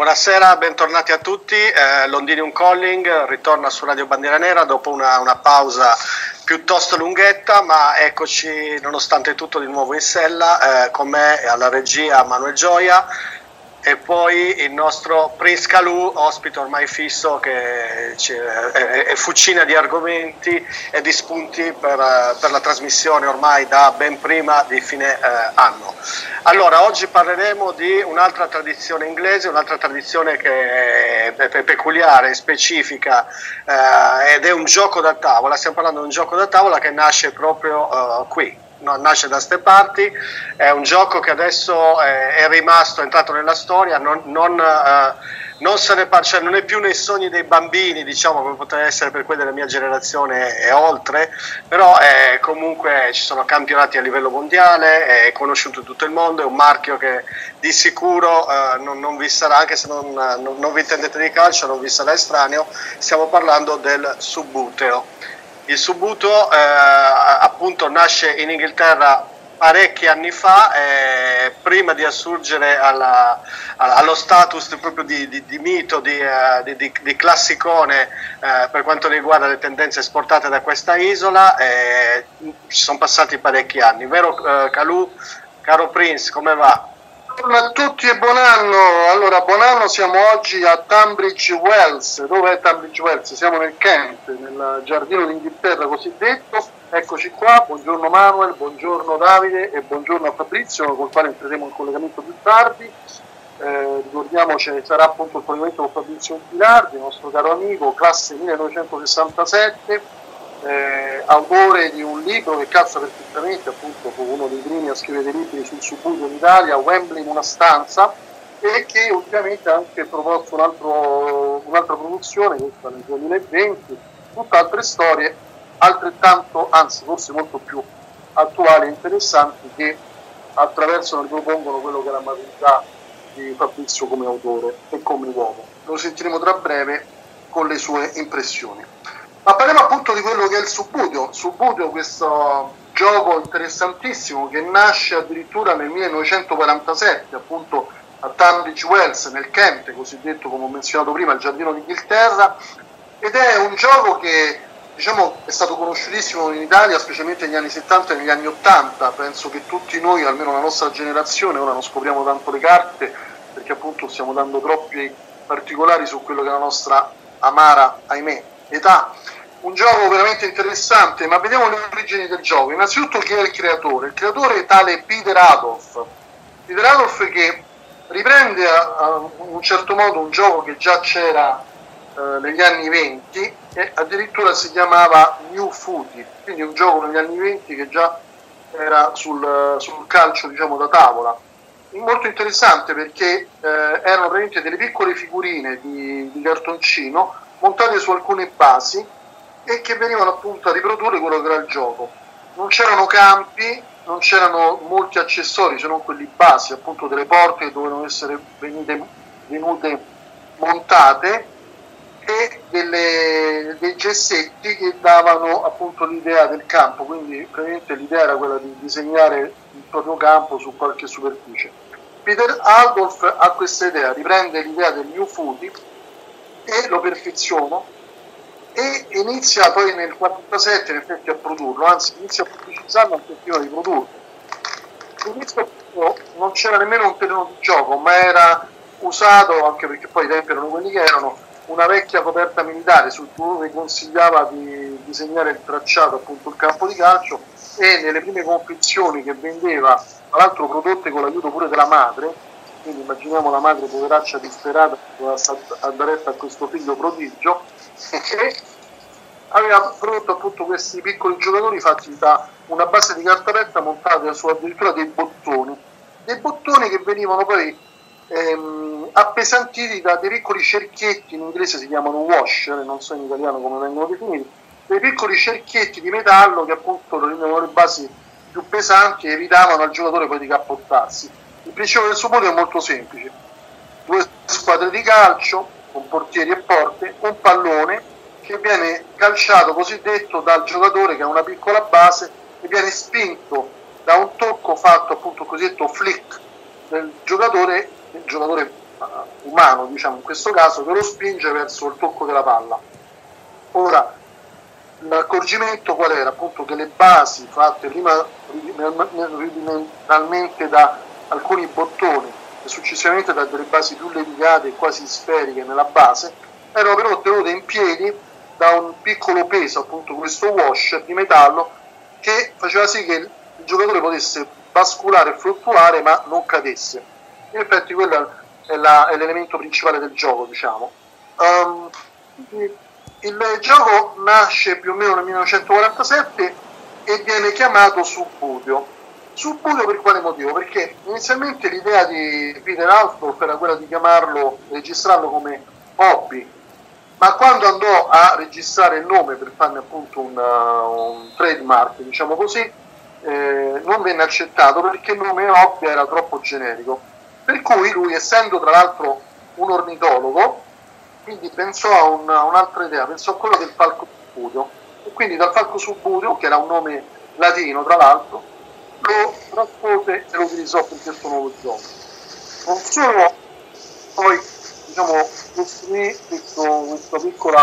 Buonasera, bentornati a tutti. Londinium Calling ritorna su Radio Bandiera Nera dopo una pausa piuttosto lunghetta, ma eccoci nonostante tutto di nuovo in sella, con me alla regia Manuel Gioia e poi il nostro Prince Calù, ospite ormai fisso che è fucina di argomenti e di spunti per la trasmissione ormai da ben prima di fine anno. Allora, oggi parleremo di un'altra tradizione inglese, un'altra tradizione che è peculiare, specifica ed è un gioco da tavola. Stiamo parlando di un gioco da tavola che nasce proprio qui. No, nasce da ste parti, è un gioco che adesso è rimasto, è entrato nella storia, non è più nei sogni dei bambini, diciamo, come potrebbe essere per quelli della mia generazione e oltre, però comunque ci sono campionati a livello mondiale, è conosciuto in tutto il mondo, è un marchio che di sicuro non vi sarà, anche se non vi intendete di calcio, non vi sarà estraneo. Stiamo parlando del subbuteo. Il subbuteo appunto nasce in Inghilterra parecchi anni fa, prima di assurgere allo status proprio di mito, di classicone per quanto riguarda le tendenze esportate da questa isola. Ci sono passati parecchi anni, vero Calù? Caro Prince, come va? Buongiorno a tutti e buon anno. Allora, buon anno, siamo oggi a Tunbridge Wells. Dove è Tunbridge Wells? Siamo nel Kent, nel giardino d'Inghilterra cosiddetto. Eccoci qua, buongiorno Manuel, buongiorno Davide e buongiorno a Fabrizio, con il quale entreremo in collegamento più tardi. Ricordiamoci, sarà appunto il collegamento con Fabrizio Pilardi, il nostro caro amico, classe 1967, autore di un libro che calza perfettamente, appunto fu uno dei primi a scrivere dei libri sul subbuteo in Italia, Wembley in una stanza, e che ultimamente ha anche proposto un'altra produzione, questa nel 2020, tutte altre storie altrettanto, anzi forse molto più attuali e interessanti, che attraversano e ripropongono quello che è la maturità di Fabrizio come autore e come uomo. Lo sentiremo tra breve con le sue impressioni. Ma parliamo appunto di quello che è il subbuteo. Subbuteo, questo gioco interessantissimo che nasce addirittura nel 1947, appunto a Tunbridge Wells, nel Kent, cosiddetto, come ho menzionato prima, il giardino d'Inghilterra, ed è un gioco che, diciamo, è stato conosciutissimo in Italia, specialmente negli anni 70 e negli anni 80. Penso che tutti noi, almeno la nostra generazione, ora non scopriamo tanto le carte, perché appunto stiamo dando troppi particolari su quello che è la nostra amara, ahimè, età. Un gioco veramente interessante, ma vediamo le origini del gioco. Innanzitutto, chi è il creatore? Il creatore è tale Peter Adolph. Peter Adolph, che riprende in un certo modo un gioco che già c'era negli anni 20 e addirittura si chiamava New Footy, quindi un gioco negli anni 20 che già era sul calcio, diciamo, da tavola. Molto interessante perché erano praticamente delle piccole figurine di cartoncino montate su alcune basi e che venivano appunto a riprodurre quello che era il gioco. Non c'erano campi, non c'erano molti accessori se non quelli basi, appunto delle porte che dovevano essere venute montate e dei gessetti che davano appunto l'idea del campo, quindi praticamente l'idea era quella di disegnare il proprio campo su qualche superficie. Peter Adolph ha questa idea, riprende l'idea del New Footy e lo perfeziona e inizia poi nel 1947 in effetti a produrlo, anzi inizia a pubblicizzarlo anche prima di produrlo. All'inizio non c'era nemmeno un terreno di gioco, ma era usato, anche perché poi i tempi erano quelli che erano, una vecchia coperta militare su cui consigliava di disegnare il tracciato, appunto il campo di calcio, e nelle prime confezioni che vendeva, tra l'altro prodotte con l'aiuto pure della madre, quindi immaginiamo la madre poveraccia disperata a dare retta a questo figlio prodigio, e aveva prodotto appunto questi piccoli giocatori fatti da una base di carta montata su addirittura dei bottoni che venivano poi appesantiti da dei piccoli cerchietti, in inglese si chiamano washer, non so in italiano come vengono definiti, dei piccoli cerchietti di metallo che appunto rendevano le basi più pesanti e evitavano al giocatore poi di cappottarsi. Il principio del subbuteo è molto semplice: due squadre di calcio con portieri e porte, un pallone che viene calciato cosiddetto dal giocatore che ha una piccola base e viene spinto da un tocco fatto appunto cosiddetto flick del giocatore umano, diciamo in questo caso, che lo spinge verso il tocco della palla. Ora, l'accorgimento qual era? Appunto che le basi fatte prima rudimentalmente da alcuni bottoni e successivamente da delle basi più levigate e quasi sferiche nella base, erano però tenute in piedi da un piccolo peso, appunto questo washer di metallo, che faceva sì che il giocatore potesse basculare e fluttuare ma non cadesse. In effetti quello è l'elemento principale del gioco, diciamo. Il gioco nasce più o meno nel 1947 e viene chiamato Subbuteo. Subbuteo per quale motivo? Perché inizialmente l'idea di Peter Altdorf era quella di registrarlo come hobby, ma quando andò a registrare il nome per farne appunto un trademark, diciamo così, non venne accettato perché il nome hobby era troppo generico. Per cui lui, essendo tra l'altro un ornitologo, quindi pensò a un'altra idea, pensò a quello del falco subbuteo, e quindi dal falco subbuteo, che era un nome latino tra l'altro, lo traspose e lo utilizzò per questo nuovo gioco. Non solo poi, diciamo, costruì questo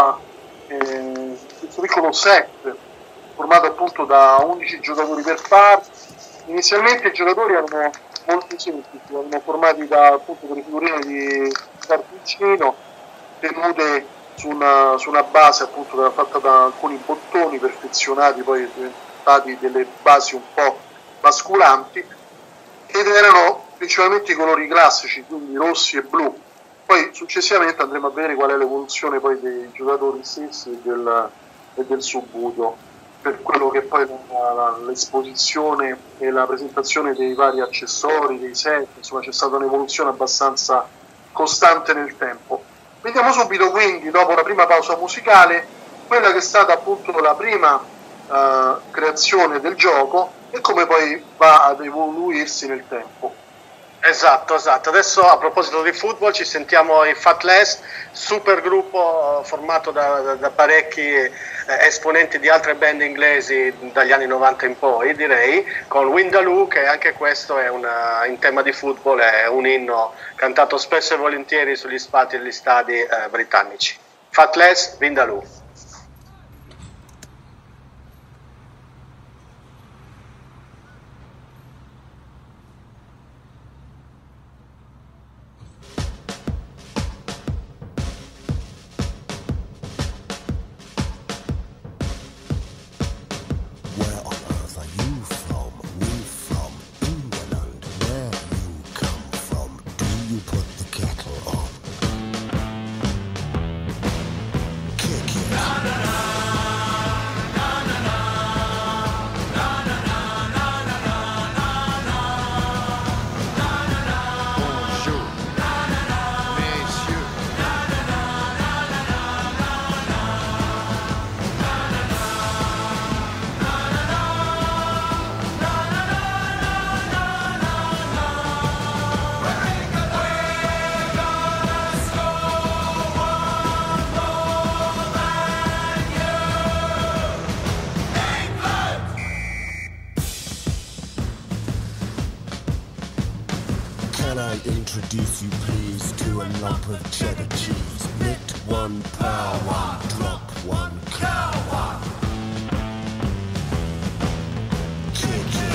piccolo set formato appunto da 11 giocatori per parte. Inizialmente i giocatori erano molto semplici, erano formati da appunto delle figurine di cartoncino tenute su una base appunto fatta da alcuni bottoni perfezionati, poi diventati delle basi un po' basculanti, ed erano principalmente i colori classici, quindi rossi e blu. Poi successivamente andremo a vedere qual è l'evoluzione poi dei giocatori stessi e del Subbuteo, per quello che poi l'esposizione e la presentazione dei vari accessori, dei set, insomma c'è stata un'evoluzione abbastanza costante nel tempo. Vediamo subito quindi, dopo la prima pausa musicale, quella che è stata appunto la prima creazione del gioco e come poi va ad evoluirsi nel tempo. Esatto. Adesso a proposito di football ci sentiamo i Fatless, super gruppo formato da parecchi esponenti di altre band inglesi dagli anni 90 in poi, direi, con Windaloo, che anche questo è in tema di football, è un inno cantato spesso e volentieri sugli spalti degli stadi britannici. Fatless, Windaloo. Introduce you please to a lump of cheddar cheese. Knit one, power one, drop one, cow one. Kick it.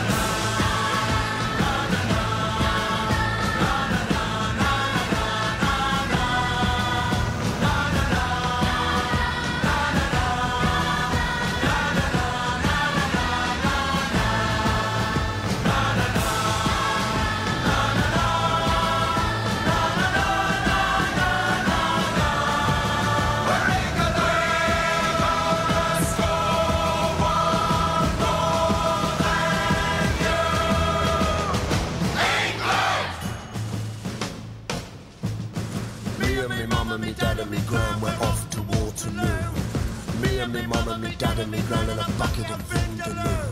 Me dad and me gran went off to Waterloo. Me and me mum and me dad and me gran in a bucket of Vindaloo.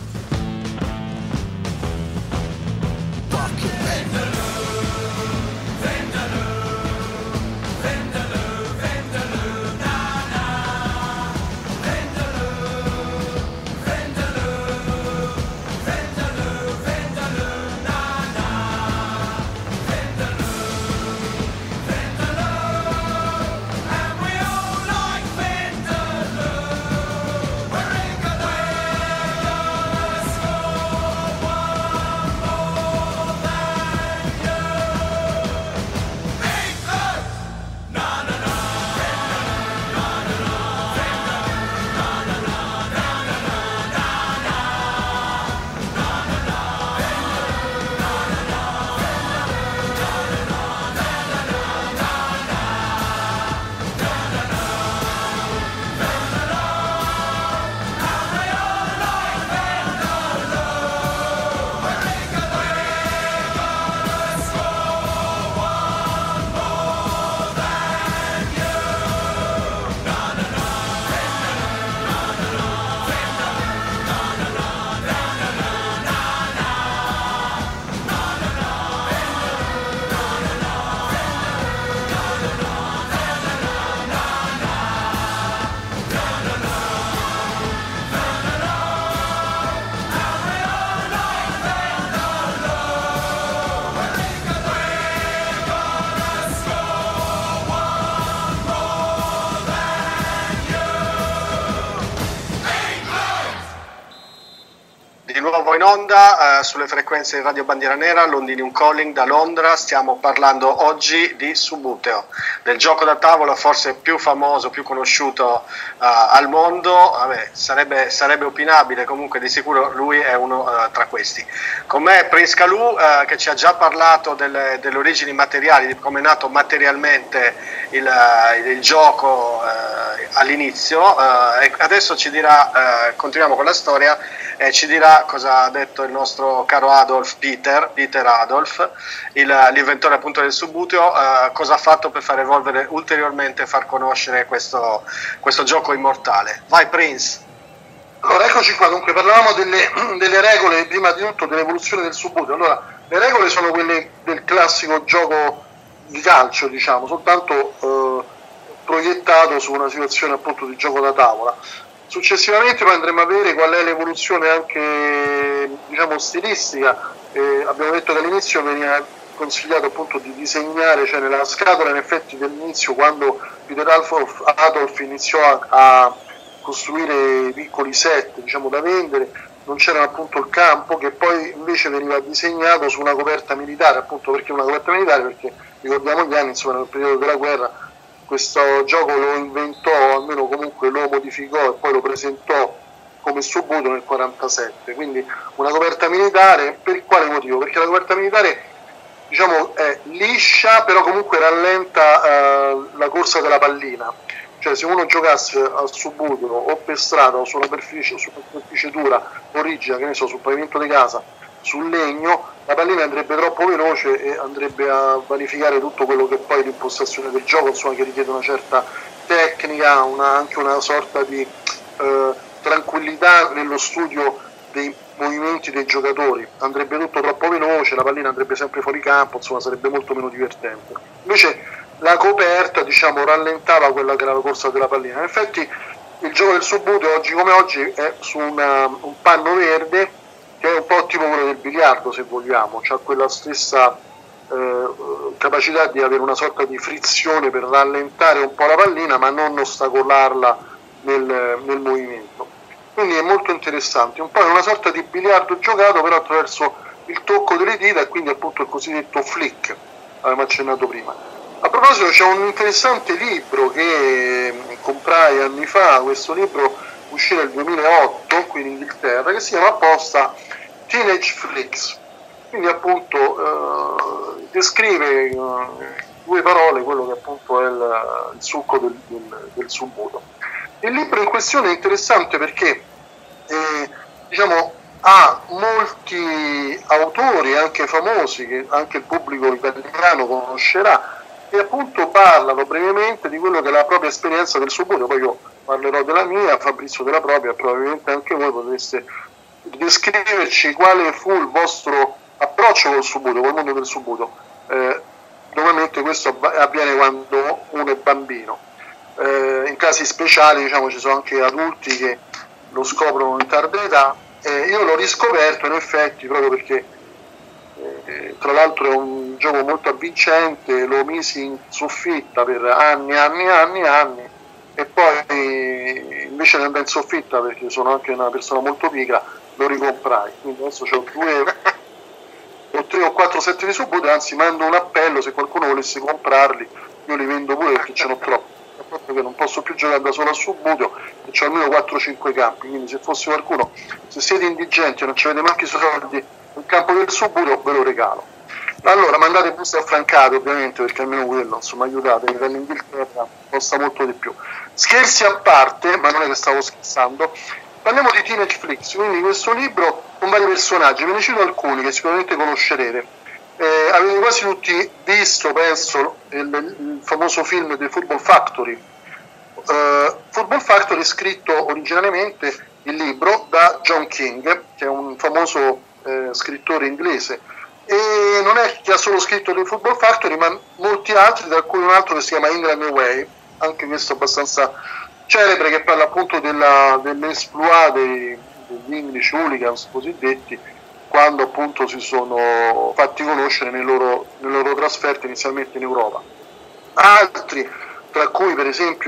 Bucket Vindaloo, Vindaloo, Vindaloo, Vindaloo, na na. Vindaloo, Vindaloo, Vindaloo, Vindaloo, na na. Vindaloo. onda sulle frequenze di Radio Bandiera Nera, Londinium Calling da Londra. Stiamo parlando oggi di Subbuteo, del gioco da tavola forse più famoso, più conosciuto al mondo. Vabbè, sarebbe opinabile, comunque di sicuro lui è uno tra questi. Con me Prince Calù, che ci ha già parlato delle origini materiali, di come è nato materialmente il gioco all'inizio, e adesso ci dirà, continuiamo con la storia, e ci dirà cosa ha detto il nostro caro Peter Adolf, l'inventore appunto del Subbuteo, cosa ha fatto per far evolvere ulteriormente e far conoscere questo gioco immortale. Vai Prince! Allora, eccoci qua. Dunque, parlavamo delle regole, prima di tutto dell'evoluzione del Subbuteo. Allora, le regole sono quelle del classico gioco di calcio, diciamo, soltanto proiettato su una situazione appunto di gioco da tavola. Successivamente poi andremo a vedere qual è l'evoluzione anche, diciamo, stilistica. Abbiamo detto che all'inizio veniva consigliato appunto di disegnare, cioè nella scatola in effetti dell'inizio, quando Peter Adolf iniziò a costruire piccoli set, diciamo, da vendere, non c'era appunto il campo, che poi invece veniva disegnato su una coperta militare. Appunto, perché una coperta militare? Perché ricordiamo gli anni, insomma, nel periodo della guerra questo gioco lo inventò, almeno comunque lo modificò e poi lo presentò come Subbuteo nel 1947. Quindi una coperta militare. Per quale motivo? Perché la coperta militare, diciamo, è liscia, però comunque rallenta la corsa della pallina. Cioè, se uno giocasse al Subbuteo o per strada o su una superficie dura o rigida, che ne so, sul pavimento di casa, sul legno, la pallina andrebbe troppo veloce e andrebbe a vanificare tutto quello che poi è l'impostazione del gioco, insomma, che richiede una certa tecnica, anche una sorta di tranquillità nello studio dei movimenti dei giocatori. Andrebbe tutto troppo veloce, la pallina andrebbe sempre fuori campo, insomma sarebbe molto meno divertente. Invece la coperta, diciamo, rallentava quella che era la corsa della pallina. In effetti il gioco del Subbuteo oggi come oggi è su un panno verde, che è un po' tipo quello del biliardo, se vogliamo, c'ha quella stessa capacità di avere una sorta di frizione per rallentare un po' la pallina, ma non ostacolarla nel movimento. Quindi è molto interessante, un po' è una sorta di biliardo giocato però attraverso il tocco delle dita, e quindi appunto il cosiddetto flick, avevamo accennato prima. A proposito, c'è un interessante libro che comprai anni fa, questo libro uscì nel 2008 qui in Inghilterra, che si chiama apposta Teenage Flicks, quindi appunto descrive due parole quello che appunto è il succo del Subbuteo. Il libro in questione è interessante perché diciamo ha molti autori anche famosi che anche il pubblico italiano conoscerà, e appunto parlano brevemente di quello che è la propria esperienza del Subbuteo. Poi io parlerò della mia, Fabrizio della propria, probabilmente anche voi potreste descriverci quale fu il vostro approccio col Subbuteo, col mondo del Subbuteo. Normalmente questo avviene quando uno è bambino. In casi speciali, diciamo, ci sono anche adulti che lo scoprono in tarda età. Io l'ho riscoperto in effetti proprio perché tra l'altro è un gioco molto avvincente, lo misi in soffitta per anni, e poi invece di andare in soffitta, perché sono anche una persona molto pigra, lo ricomprai. Quindi adesso ho 3 o 4 set di Subbuteo, anzi mando un appello: se qualcuno volesse comprarli io li vendo pure, perché ce n'ho troppo, proprio che non posso più giocare da solo a Subbuteo e c'ho almeno 4-5 campi. Quindi se fosse qualcuno, se siete indigenti e non ci avete neanche i soldi nel campo del Subbuteo, ve lo regalo. Allora mandate buste affrancate, ovviamente, perché almeno quello, insomma, aiutate, dall'Inghilterra costa molto di più. Scherzi a parte, ma non è che stavo scherzando, parliamo di Teenage Flicks. Quindi questo libro con vari personaggi, ve ne cito alcuni che sicuramente conoscerete. Avete quasi tutti visto, penso, il famoso film The Football Factory. Football Factory è scritto originariamente, il libro, da John King, che è un famoso scrittore inglese, e non è che ha solo scritto The Football Factory, ma molti altri, tra cui un altro che si chiama England Away, anche questo abbastanza celebre, che parla appunto dell'esploit degli English hooligans cosiddetti, quando appunto si sono fatti conoscere nelle loro trasferte inizialmente in Europa. Altri, tra cui per esempio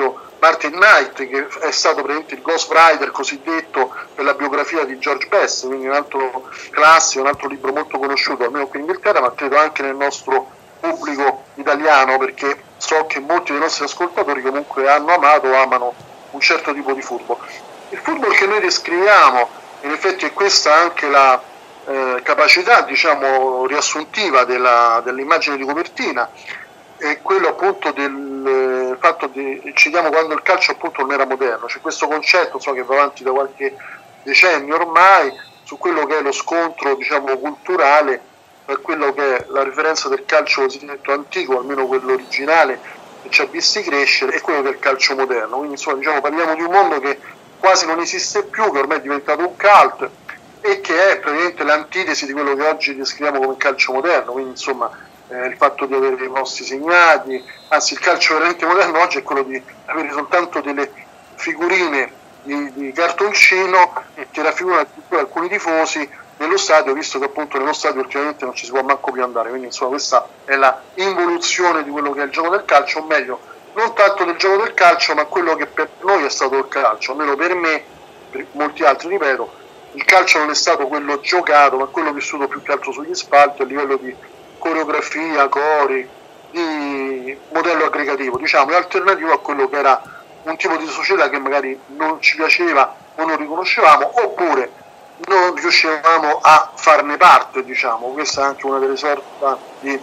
Martin Knight, che è stato praticamente il Ghost Rider cosiddetto per la biografia di George Best, quindi un altro classico, un altro libro molto conosciuto almeno qui in Inghilterra, ma credo anche nel nostro pubblico italiano, perché so che molti dei nostri ascoltatori comunque hanno amato o amano un certo tipo di football. Il football che noi descriviamo, in effetti è questa anche la capacità, diciamo, riassuntiva dell'immagine di copertina, è quello appunto del fatto di, citiamo quando il calcio appunto non era moderno, c'è questo concetto che va avanti da qualche decennio ormai su quello che è lo scontro, diciamo, culturale per quello che è la riferenza del calcio cosiddetto antico, almeno quello originale che ci ha visti crescere, e quello che è il calcio moderno. Quindi insomma, diciamo, parliamo di un mondo che quasi non esiste più, che ormai è diventato un cult e che è praticamente l'antitesi di quello che oggi descriviamo come calcio moderno. Quindi insomma il fatto di avere i posti segnati, anzi il calcio veramente moderno oggi è quello di avere soltanto delle figurine di cartoncino che raffigurano addirittura alcuni tifosi nello stadio, visto che appunto nello stadio ultimamente non ci si può manco più andare. Quindi insomma questa è la involuzione di quello che è il gioco del calcio, o meglio non tanto del gioco del calcio ma quello che per noi è stato il calcio, almeno per me, per molti altri ripeto, il calcio non è stato quello giocato ma quello vissuto più che altro sugli spalti a livello di coreografia, cori, di modello aggregativo, diciamo, è alternativo a quello che era un tipo di società che magari non ci piaceva o non riconoscevamo, oppure non riuscivamo a farne parte, diciamo. Questa è anche una delle sorti di,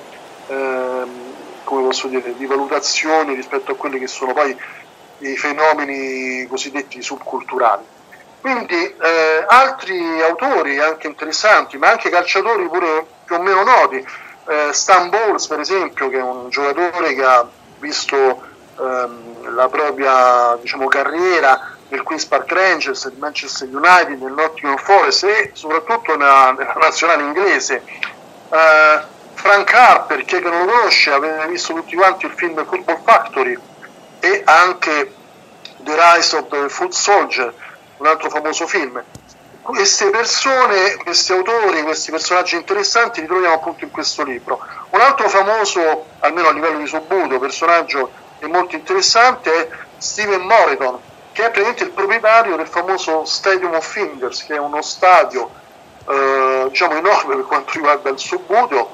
come posso dire, di valutazioni rispetto a quelli che sono poi i fenomeni cosiddetti subculturali. Quindi altri autori anche interessanti, ma anche calciatori pure più o meno noti, Stan Bowles per esempio, che è un giocatore che ha visto la propria, diciamo, carriera nel Queen's Park Rangers, nel Manchester United, nel Nottingham Forest e soprattutto nella nazionale inglese. Frank Harper, chi è che non lo conosce, aveva visto tutti quanti il film Football Factory e anche The Rise of the Foot Soldier, un altro famoso film. Queste persone, questi autori, questi personaggi interessanti li troviamo appunto in questo libro. Un altro famoso, almeno a livello di subbuto, personaggio e molto interessante è Steven Moreton, che è praticamente il proprietario del famoso Stadium of Fingers, che è uno stadio diciamo enorme per quanto riguarda il subbuto,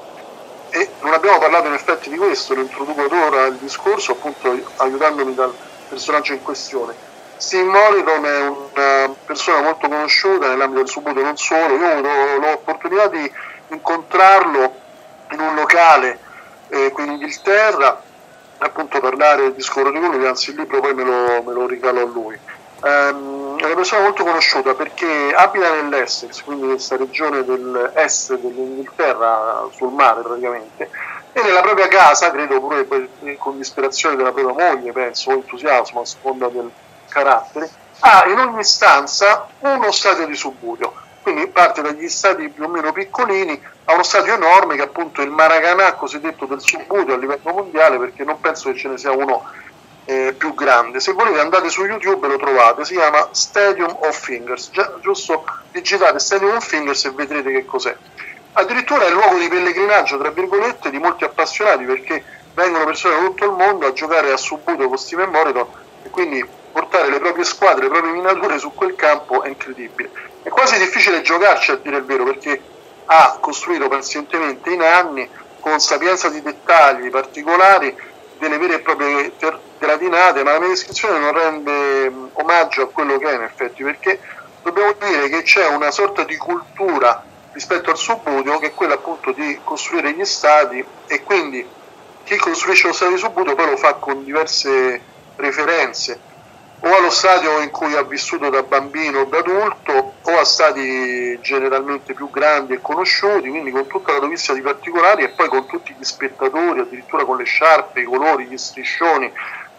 e non abbiamo parlato in effetti di questo, lo introduco ora al discorso appunto aiutandomi dal personaggio in questione. Steve Moreton è una persona molto conosciuta nell'ambito del subbuto, non solo. Io ho avuto l'opportunità di incontrarlo in un locale qui in Inghilterra, appunto parlare e discorrere con lui, anzi il libro poi me lo regalo a lui. È una persona molto conosciuta perché abita nell'Essex, quindi questa regione dell'est dell'Inghilterra, sul mare praticamente, e nella propria casa, credo pure con l'ispirazione della propria moglie, penso, o entusiasmo a seconda del carattere, ha in ogni stanza uno stadio di subbuto, quindi parte dagli stadi più o meno piccolini a uno stadio enorme che è appunto il Maracanã cosiddetto del subbuto a livello mondiale, perché non penso che ce ne sia uno più grande. Se volete andate su YouTube e lo trovate, si chiama Stadium of Fingers, giusto digitate Stadium of Fingers e vedrete che cos'è. Addirittura è il luogo di pellegrinaggio tra virgolette di molti appassionati, perché vengono persone da tutto il mondo a giocare a subbuto con Steven Moreton, e quindi portare le proprie squadre, le proprie miniature su quel campo è incredibile. È quasi difficile giocarci, a dire il vero, perché ha costruito pazientemente in anni, con sapienza di dettagli particolari, delle vere e proprie gradinate, ma la mia descrizione non rende omaggio a quello che è in effetti, perché dobbiamo dire che c'è una sorta di cultura rispetto al subbuto, che è quella appunto di costruire gli stadi, e quindi chi costruisce lo stadio di subbuto poi lo fa con diverse referenze, o allo stadio in cui ha vissuto da bambino o da adulto, o a stadi generalmente più grandi e conosciuti, quindi con tutta la dovizia di particolari, e poi con tutti gli spettatori, addirittura con le sciarpe, i colori, gli striscioni,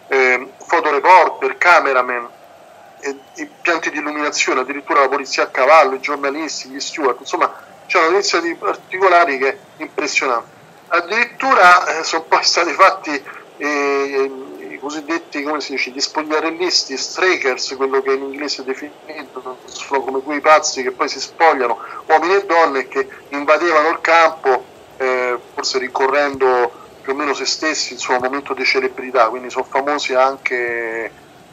fotoreporter, cameraman, i pianti di illuminazione, addirittura la polizia a cavallo, i giornalisti, gli steward, insomma c'è una dovizia di particolari che è impressionante. Addirittura sono poi stati fatti i cosiddetti, come si dice, gli spogliarellisti, strikers, quello che in inglese è definito, sono come quei pazzi che poi si spogliano, uomini e donne che invadevano il campo, forse ricorrendo più o meno se stessi, insomma, un momento di celebrità, quindi sono famosi anche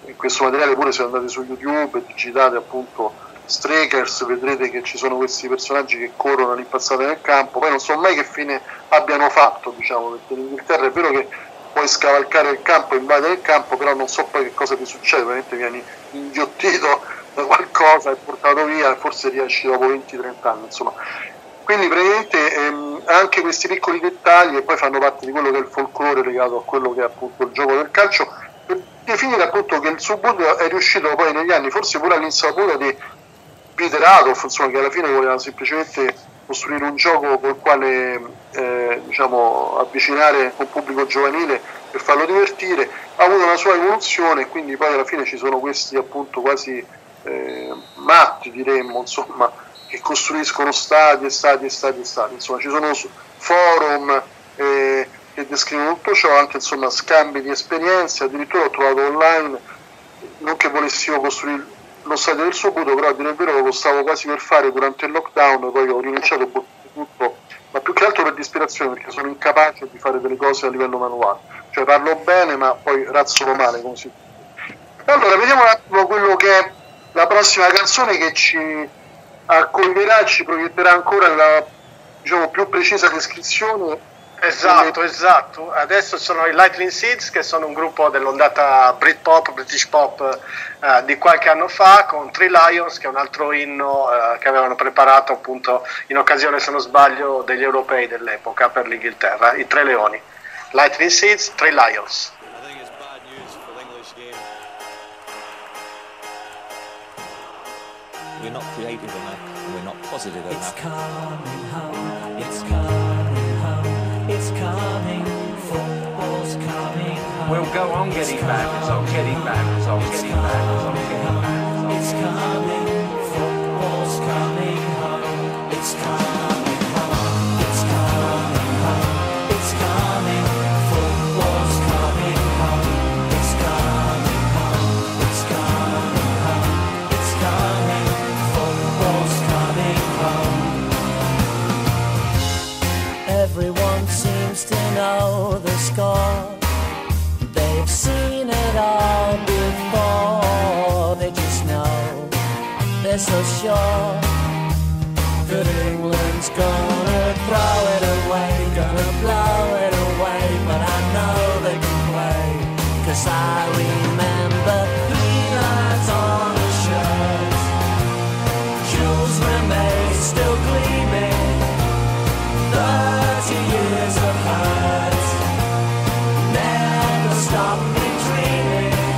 in questo materiale pure se andate su YouTube e digitate appunto Strikers, vedrete che ci sono questi personaggi che corrono all'impazzata nel campo. Poi non so mai che fine abbiano fatto, diciamo, perché l'Inghilterra è vero che puoi scavalcare il campo, invadere il campo, però non so poi che cosa ti succede, veramente vieni inghiottito da qualcosa e portato via e forse riesci dopo 20-30 anni, insomma. Quindi praticamente anche questi piccoli dettagli e poi fanno parte di quello che è il folklore legato a quello che è appunto il gioco del calcio, per definire appunto che il Subud è riuscito poi negli anni, forse pure all'insaputa di Peter Adolf, insomma, che alla fine voleva semplicemente costruire un gioco col quale diciamo avvicinare un pubblico giovanile per farlo divertire, ha avuto una sua evoluzione e quindi poi alla fine ci sono questi appunto quasi matti, diremmo, insomma, che costruiscono stadi, insomma ci sono forum che descrivono tutto ciò, anche insomma scambi di esperienze. Addirittura ho trovato online, non che volessimo costruire lo stadio del Subuto, però a dire il vero lo stavo quasi per fare durante il lockdown, poi ho rinunciato tutto, ma più che altro per disperazione, perché sono incapace di fare delle cose a livello manuale, cioè parlo bene ma poi razzolo male, come si dice. Allora vediamo un attimo quello che è la prossima canzone che ci accoglierà, ci proietterà ancora la, diciamo, più precisa descrizione. Esatto. Adesso sono i Lightning Seeds, che sono un gruppo dell'ondata Britpop, British Pop di qualche anno fa, con Three Lions, che è un altro inno che avevano preparato appunto in occasione, se non sbaglio, degli europei dell'epoca per l'Inghilterra, i Tre Leoni. Lightning Seeds, Three Lions. We're not creative enough, we're not positive enough. It's coming home, it's coming home, it's coming, football's coming home. We'll go on getting back, it's on getting back, it's on getting back, it's on getting back. It's coming, football's coming home, it's coming home, it's coming home, it's coming, football's coming home, it's coming home, it's coming home, it's coming. Everyone seems to know the score. They've seen it all before. They just know, they're so sure that England's gonna throw it away, gonna blow it away. But I know they can play, 'cause I remember 3 lines on a shirt, Jules Rimet still gleaming, 30 years of hurt never stopped me dreaming.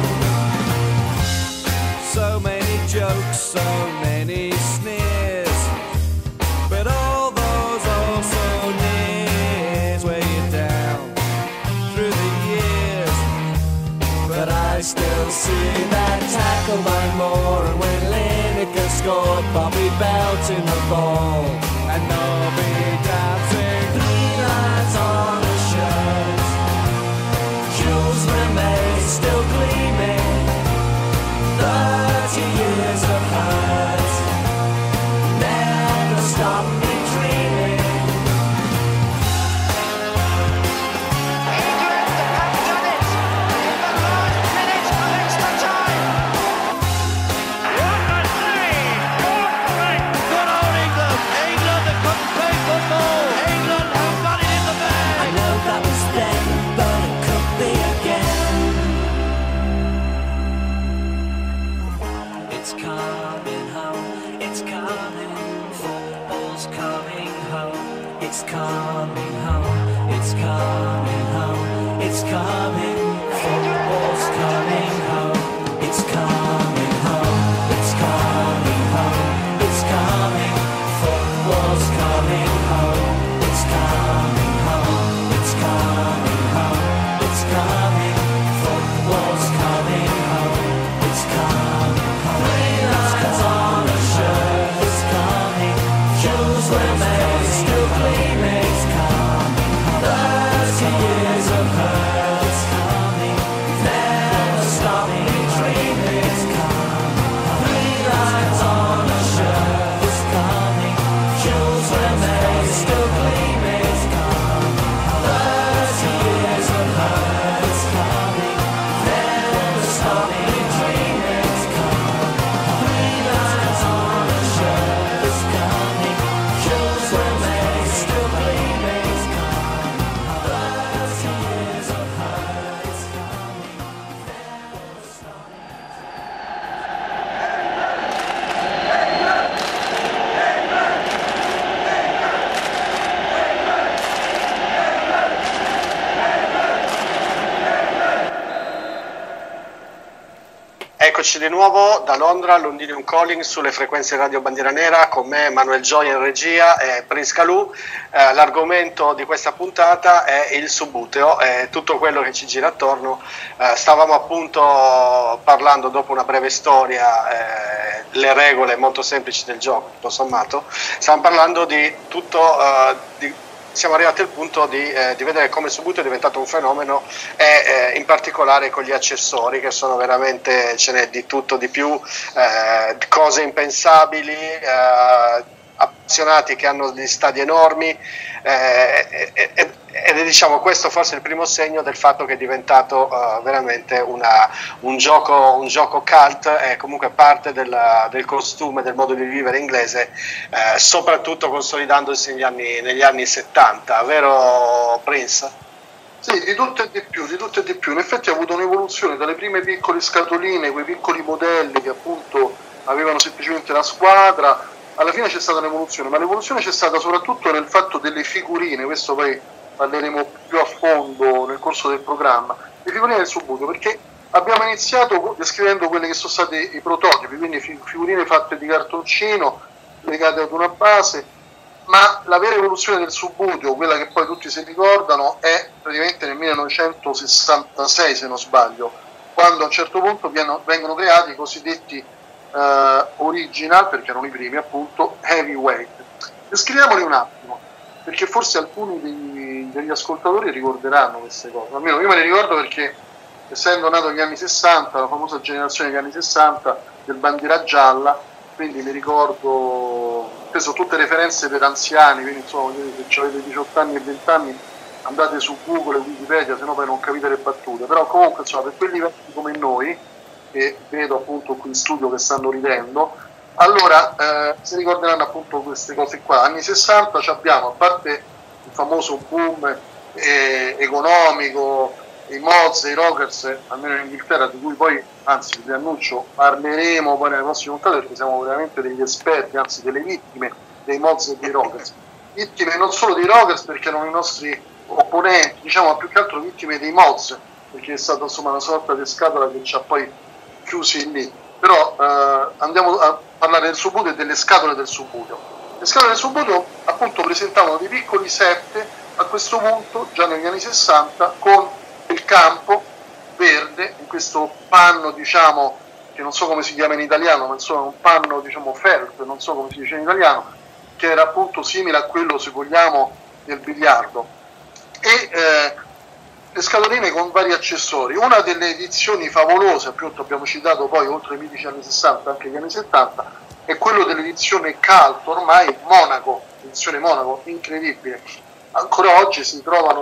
So many jokes, so many sneers, but all those also nears weigh you down through the years. But I still see that tackle by Moore, and when Lineker scored, Bobby belting the ball, And Nobby dancing 3 lines on a shirt, Jules Rimet still gleaming, 30 years of hurt never stopped me dreaming. I know that was then, but it could be again. It's coming home, it's coming, football's coming home. It's coming home, it's coming home, it's coming, football's coming home. It's coming home, it's coming home, it's coming, football's coming home. It's coming home, it's coming home, it's coming, football's coming home. It's coming home, 3 lines on a shirt. It's coming, Jules Rimet still gleaming. It's coming home, 30 years of hurt. It's coming, never stop me dreaming. It's coming. Eccoci di nuovo da Londra, Londinium Calling sulle frequenze Radio Bandiera Nera, con me Manuel Gioia in regia e Prince Calù. L'argomento di questa puntata è il subbuteo e tutto quello che ci gira attorno. Stavamo appunto parlando, dopo una breve storia, le regole molto semplici del gioco, tutto sommato, stiamo parlando di tutto, siamo arrivati al punto di vedere come il subbuteo è diventato un fenomeno e in particolare con gli accessori, che sono veramente, ce n'è di tutto, di più, cose impensabili, appassionati che hanno degli stadi enormi, ed è, diciamo, questo forse il primo segno del fatto che è diventato veramente un gioco cult e comunque parte del costume, del modo di vivere inglese, soprattutto consolidandosi negli anni 70, vero Prince? Sì, di tutto e di più, in effetti ha avuto un'evoluzione dalle prime piccole scatoline, quei piccoli modelli che appunto avevano semplicemente la squadra. Alla fine c'è stata un'evoluzione, ma l'evoluzione c'è stata soprattutto nel fatto delle figurine, questo poi parleremo più a fondo nel corso del programma, le figurine del subbuteo, perché abbiamo iniziato descrivendo quelli che sono stati i prototipi, quindi figurine fatte di cartoncino, legate ad una base, ma la vera evoluzione del subbuteo, quella che poi tutti si ricordano, è praticamente nel 1966, se non sbaglio, quando a un certo punto vengono creati i cosiddetti original, perché erano i primi appunto, heavyweight. Descriviamoli un attimo, perché forse alcuni degli ascoltatori ricorderanno queste cose, almeno io me le ricordo perché, essendo nato negli anni 60, la famosa generazione degli anni 60 del bandiera gialla, quindi mi ricordo, queste sono tutte referenze per anziani, quindi insomma se avete 18 anni e 20 anni andate su Google e Wikipedia, se no poi non capite le battute, però comunque insomma per quelli vecchi come noi, che vedo appunto qui in studio che stanno ridendo, allora si ricorderanno appunto queste cose qua. Anni 60 abbiamo, a parte il famoso boom economico, i Mods, i Rockers, almeno in Inghilterra, di cui poi, anzi vi annuncio, parleremo poi nelle prossime puntate, perché siamo veramente degli esperti, anzi delle vittime dei Mods e dei Rockers, vittime non solo dei Rockers perché erano i nostri opponenti, diciamo, ma più che altro vittime dei Mods, perché è stata insomma una sorta di scatola che ci ha poi chiusi lì. Però andiamo a parlare del subbuteo e delle scatole del subbuteo. Le scatole del subbuteo appunto presentavano dei piccoli set a questo punto già negli anni 60 con il campo verde in questo panno, diciamo, che non so come si chiama in italiano, ma insomma un panno, diciamo, felt, non so come si dice in italiano, che era appunto simile a quello, se vogliamo, del biliardo, e le scatoline con vari accessori. Una delle edizioni favolose, appunto abbiamo citato poi oltre i mitici anni 60 anche gli anni 70, è quello dell'edizione Cult, ormai Monaco, edizione Monaco, incredibile. Ancora oggi si trovano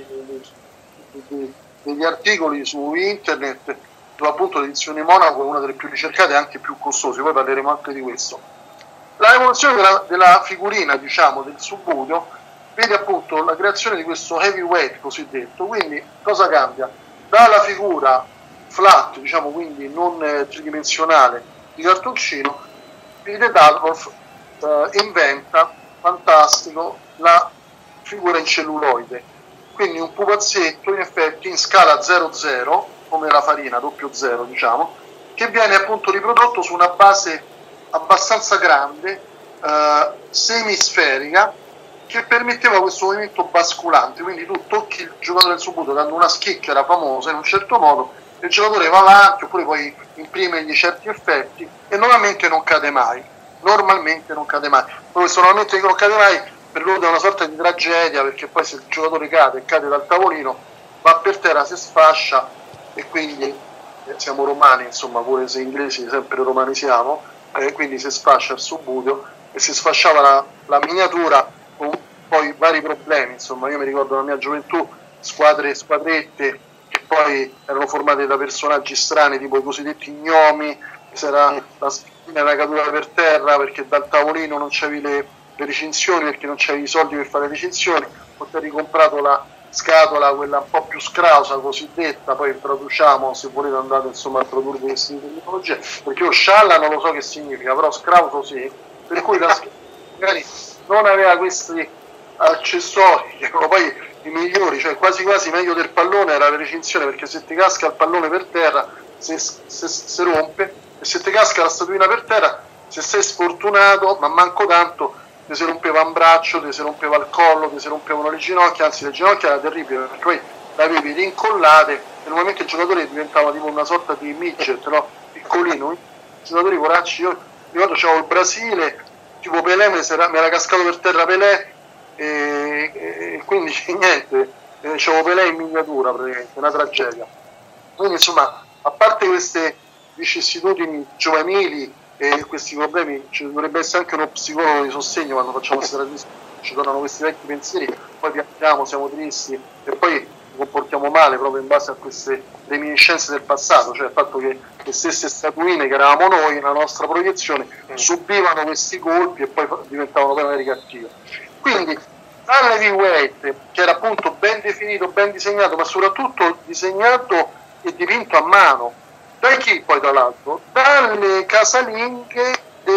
degli articoli su internet dove appunto l'edizione Monaco è una delle più ricercate e anche più costose, poi parleremo anche di questo. La evoluzione della figurina, diciamo, del subbuteo vede appunto la creazione di questo heavyweight cosiddetto. Quindi cosa cambia? Dalla figura flat, diciamo, quindi non tridimensionale, di cartoncino, Peter Dalworth inventa, fantastico, la figura in celluloide, quindi un pupazzetto in effetti in scala 00, come la farina, 00 diciamo, che viene appunto riprodotto su una base abbastanza grande, semisferica, che permetteva questo movimento basculante, quindi tu tocchi il giocatore del subbuteo dando una schicchera famosa in un certo modo, il giocatore va avanti oppure poi imprimergli certi effetti e normalmente non cade mai. Poi questo normalmente non cade mai per lui è una sorta di tragedia, perché poi se il giocatore cade dal tavolino, va per terra, si sfascia, e quindi siamo romani, insomma, pure se inglesi sempre romani siamo, quindi si sfascia il subbuteo e si sfasciava la miniatura con poi vari problemi. Insomma, io mi ricordo la mia gioventù, squadre e squadrette che poi erano formate da personaggi strani, tipo i cosiddetti gnomi, c'era la spina e la caduta per terra perché dal tavolino non c'avevi le recinzioni, perché non c'avevi i soldi per fare le recinzioni, poi hai ricomprato la scatola, quella un po' più scrausa cosiddetta, poi traduciamo, se volete andate insomma a tradurre queste tecnologie, perché io scialla non lo so che significa, però scrauso sì, per cui la magari non aveva questi accessori che erano poi i migliori, cioè quasi quasi meglio del pallone era la recinzione, perché se ti casca il pallone per terra si rompe, e se ti casca la statuina per terra, se sei sfortunato, ma manco tanto, ti si rompeva un braccio, ti si rompeva il collo, ti si rompevano le ginocchia, anzi le ginocchia era terribile perché poi le avevi rincollate e normalmente il giocatore diventava tipo una sorta di midget, no? Piccolino. I giocatori coracci, io ricordo c'avevo il Brasile, tipo Pelé mi era cascato per terra Pelé e quindi niente, c'avevo Pelé in miniatura praticamente, una tragedia. Quindi insomma, a parte queste vicissitudini giovanili e questi problemi, ci dovrebbe essere anche uno psicologo di sostegno quando facciamo queste trasmissioni, ci tornano questi vecchi pensieri, poi piangiamo, siamo tristi e poi ci comportiamo male proprio in base a queste reminiscenze del passato, cioè il fatto che le stesse statuine che eravamo noi, nella nostra proiezione, subivano questi colpi e poi diventavano poi cattive. Quindi dall'heavyweight, che era appunto ben definito, ben disegnato, ma soprattutto disegnato e dipinto a mano, da chi poi tra l'altro? Dalle casalinghe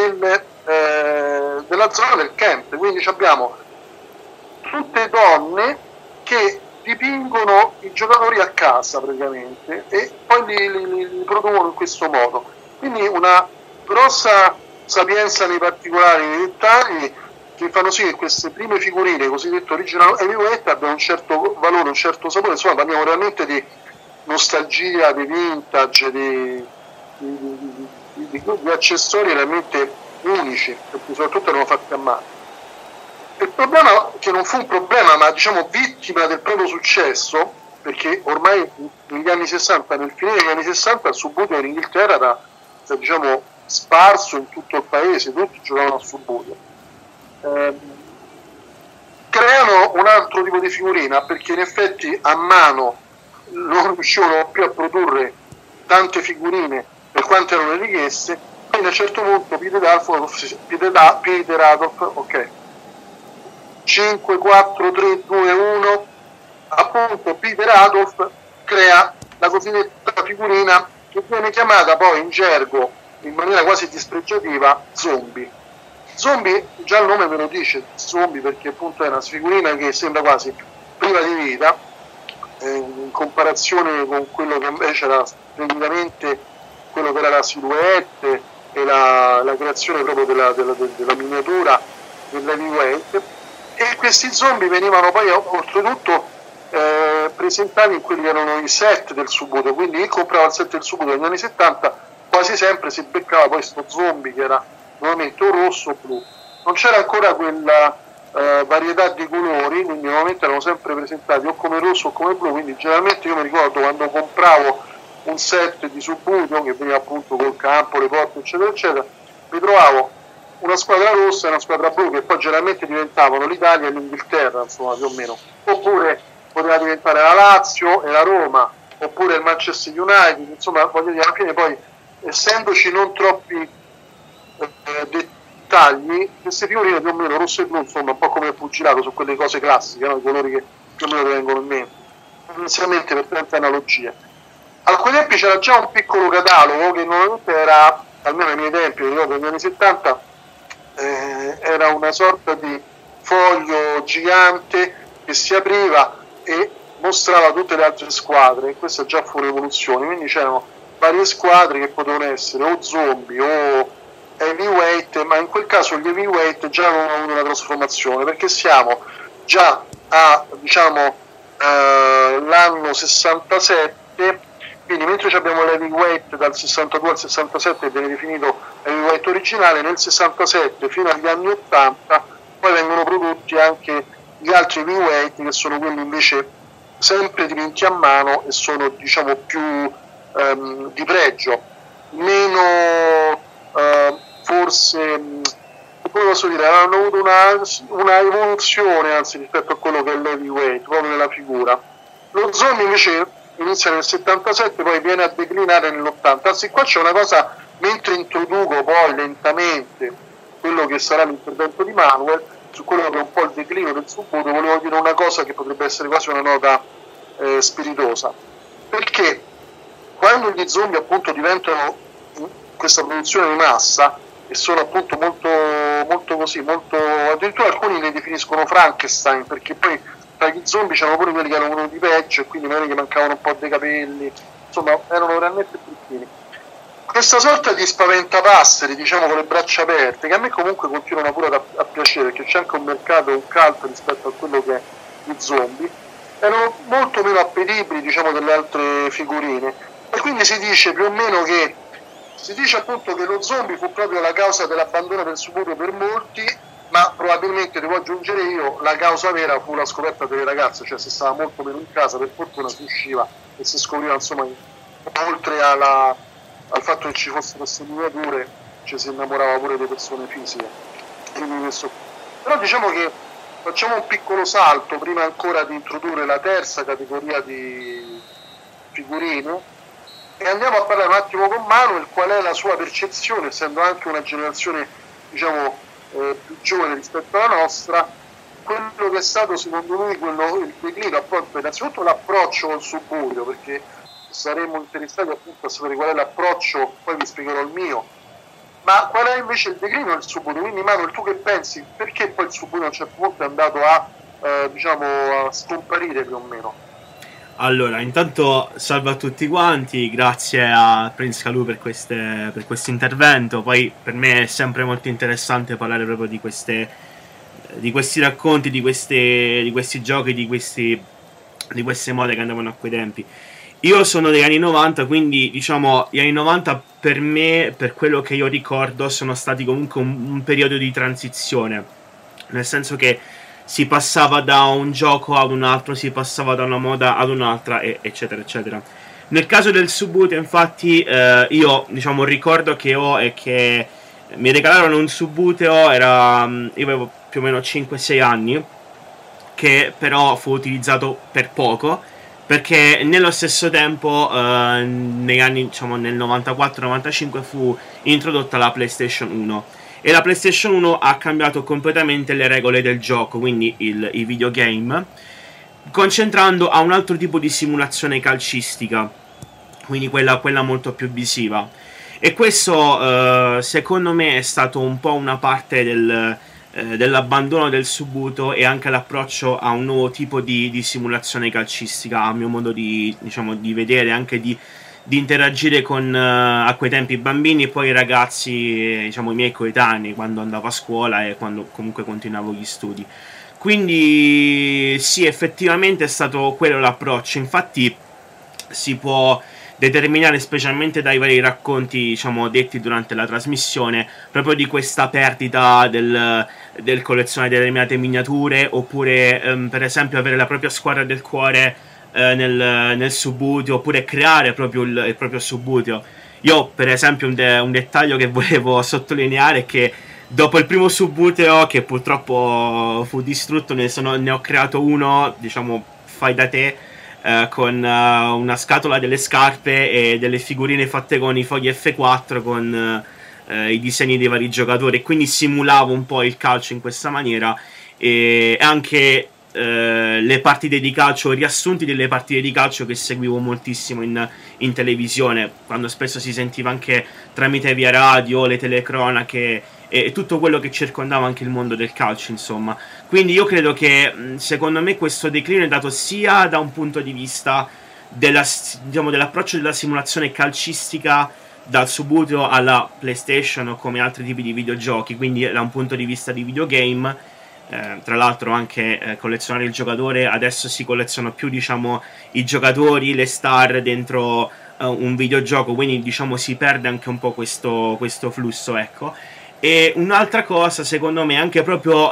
della zona del Kent, quindi abbiamo tutte donne che dipingono i giocatori a casa praticamente e poi li producono in questo modo, quindi una grossa sapienza nei particolari, nei dettagli, che fanno sì che queste prime figurine cosiddette original heavyweight abbiano un certo valore, un certo sapore. Insomma, parliamo realmente di nostalgia, di vintage, di accessori realmente unici, perché soprattutto erano fatti a mano. Il problema, che non fu un problema, ma diciamo vittima del proprio successo, perché ormai negli anni 60, nel finire degli anni 60, il subbuteo in Inghilterra era diciamo sparso in tutto il paese, tutti giocavano a subbuteo. Creano un altro tipo di figurina perché in effetti a mano non riuscivano più a produrre tante figurine per quante erano le richieste, quindi a un certo punto Peter Adolf, ok, 5, 4, 3, 2, 1, appunto Peter Adolf crea la cosiddetta figurina che viene chiamata poi in gergo, in maniera quasi dispregiativa, zombie. Zombie, già il nome ve lo dice, zombie, perché appunto è una figurina che sembra quasi priva di vita, in comparazione con quello che invece era splendidamente quello che era la silhouette e la creazione proprio della miniatura dell'heavyweight. E questi zombie venivano poi oltretutto presentati in quelli che erano i set del subbuteo, quindi chi comprava il set del subbuteo negli anni 70 quasi sempre si beccava poi sto zombie che era nuovamente o rosso o blu. Non c'era ancora quella varietà di colori, quindi normalmente erano sempre presentati o come rosso o come blu, quindi generalmente io mi ricordo quando compravo un set di subbuteo che veniva appunto col campo, le porte eccetera eccetera, mi trovavo una squadra rossa e una squadra blu che poi generalmente diventavano l'Italia e l'Inghilterra, insomma più o meno, oppure poteva diventare la Lazio e la Roma, oppure il Manchester United, insomma voglio dire, alla fine poi essendoci non troppi dettagli, queste figurine più o meno rosso e blu, insomma un po' come il pugilato, su quelle cose classiche, no? I colori che più o meno ti vengono in mente, inizialmente per tante analogie. A quei tempi c'era già un piccolo catalogo che normalmente era, almeno ai miei tempi, ricordo negli anni 70, era una sorta di foglio gigante che si apriva e mostrava tutte le altre squadre, e questa già fu un'evoluzione, quindi c'erano varie squadre che potevano essere o zombie o heavyweight, ma in quel caso gli heavyweight già avevano avuto una trasformazione, perché siamo già a diciamo l'anno 67, quindi mentre abbiamo l'heavyweight dal 62 al 67 che viene definito heavyweight originale, nel 67 fino agli anni 80 poi vengono prodotti anche gli altri heavyweight che sono quelli invece sempre dipinti a mano e sono diciamo più di pregio, meno forse, come posso dire, hanno avuto una evoluzione anzi rispetto a quello che è l'heavyweight proprio nella figura. Lo zombie invece inizia nel 77, poi viene a declinare nell'80, anzi qua c'è una cosa, mentre introduco poi lentamente quello che sarà l'intervento di Manuel su quello che è un po' il declino del subbuteo, volevo dire una cosa che potrebbe essere quasi una nota spiritosa, perché quando gli zombie appunto diventano questa produzione di massa e sono appunto molto così, molto, addirittura alcuni li definiscono Frankenstein, perché poi tra gli zombie c'erano pure quelli che erano venuti peggio e quindi magari che mancavano un po' dei capelli, insomma erano realmente bruttini. Questa sorta di spaventapasseri, diciamo, con le braccia aperte, che a me comunque continuano pure a piacere, perché c'è anche un mercato, un cult rispetto a quello che è gli zombie, erano molto meno appetibili, diciamo, delle altre figurine, e quindi si dice più o meno che appunto che lo zombie fu proprio la causa dell'abbandono del suburbio per molti, ma probabilmente, devo aggiungere io, la causa vera fu la scoperta delle ragazze, cioè si stava molto meno in casa, per fortuna si usciva e si scopriva, insomma, oltre al fatto che ci fossero queste miniature, ci si innamorava pure di persone fisiche. Quindi questo. Però diciamo che facciamo un piccolo salto prima ancora di introdurre la terza categoria di figurine e andiamo a parlare un attimo con Manuel qual è la sua percezione, essendo anche una generazione, diciamo, più giovane rispetto alla nostra, quello che è stato secondo lui il declino, appunto, innanzitutto l'approccio col suburbio, perché saremmo interessati appunto a sapere qual è l'approccio, poi vi spiegherò il mio, ma qual è invece il declino del suburbio? Quindi Manuel, tu che pensi, perché poi il suburbio a un certo punto è andato a scomparire più o meno? Allora, intanto salve a tutti quanti, grazie a Prince Kalu per questo intervento. Poi per me è sempre molto interessante parlare proprio di questi racconti, di questi giochi, di queste mode che andavano a quei tempi. Io sono degli anni 90, quindi diciamo gli anni 90 per me, per quello che io ricordo, sono stati comunque un periodo di transizione, nel senso che si passava da un gioco ad un altro, si passava da una moda ad un'altra, eccetera eccetera. Nel caso del Subbuteo, infatti, io diciamo un ricordo che ho è che mi regalarono un Subbuteo, io avevo più o meno 5-6 anni, che però fu utilizzato per poco, perché nello stesso tempo, negli anni, diciamo nel 94-95, fu introdotta la PlayStation 1. E la PlayStation 1 ha cambiato completamente le regole del gioco, quindi i videogame, concentrando a un altro tipo di simulazione calcistica, quindi quella molto più visiva. E questo, secondo me, è stato un po' una parte dell'abbandono del Subbuteo e anche l'approccio a un nuovo tipo di simulazione calcistica, a mio modo di vedere, anche di interagire con a quei tempi i bambini e poi i ragazzi, diciamo i miei coetanei, quando andavo a scuola e quando comunque continuavo gli studi. Quindi sì, effettivamente è stato quello l'approccio. Infatti si può determinare, specialmente dai vari racconti, diciamo, detti durante la trasmissione, proprio di questa perdita del collezionare determinate miniature, oppure per esempio avere la propria squadra del cuore nel Subbuteo, oppure creare proprio il proprio Subbuteo. Io per esempio un dettaglio che volevo sottolineare è che dopo il primo Subbuteo, che purtroppo fu distrutto, ne ho creato uno, diciamo fai da te, con una scatola delle scarpe e delle figurine fatte con i fogli F4 con i disegni dei vari giocatori, e quindi simulavo un po' il calcio in questa maniera, e anche le partite di calcio, riassunti delle partite di calcio che seguivo moltissimo in televisione, quando spesso si sentiva anche tramite via radio, le telecronache e tutto quello che circondava anche il mondo del calcio, insomma. Quindi io credo che, secondo me, questo declino è dato sia da un punto di vista dell'approccio della simulazione calcistica dal Subbuteo alla PlayStation o come altri tipi di videogiochi, quindi da un punto di vista di videogame. Tra l'altro anche collezionare il giocatore, adesso si collezionano più, diciamo, i giocatori, le star dentro un videogioco, quindi diciamo si perde anche un po' questo flusso, ecco. E un'altra cosa, secondo me, è anche proprio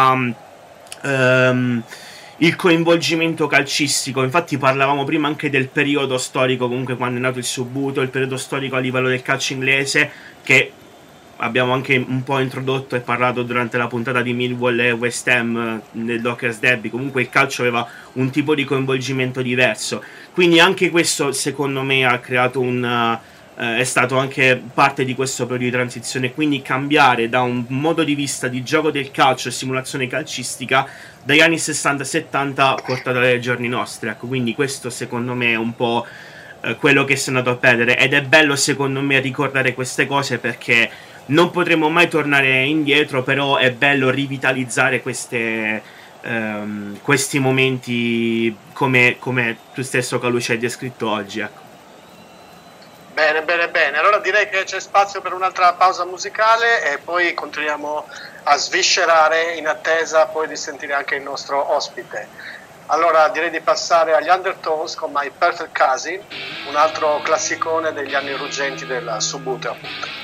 il coinvolgimento calcistico. Infatti parlavamo prima anche del periodo storico, comunque quando è nato il Subbuteo, il periodo storico a livello del calcio inglese, che abbiamo anche un po' introdotto e parlato durante la puntata di Millwall e West Ham nel Dockers Derby. Comunque il calcio aveva un tipo di coinvolgimento diverso, quindi anche questo secondo me ha creato è stato anche parte di questo periodo di transizione, quindi cambiare da un modo di vista di gioco del calcio e simulazione calcistica dagli anni 60-70 portato ai giorni nostri, ecco. Quindi questo secondo me è un po' quello che si è andato a perdere, ed è bello secondo me ricordare queste cose, perché non potremo mai tornare indietro, però è bello rivitalizzare questi momenti come tu stesso, Calucci, hai descritto oggi, ecco. Bene. Allora direi che c'è spazio per un'altra pausa musicale e poi continuiamo a sviscerare in attesa poi di sentire anche il nostro ospite. Allora direi di passare agli Undertones con My Perfect Cousin, un altro classicone degli anni ruggenti del Subbuteo, appunto.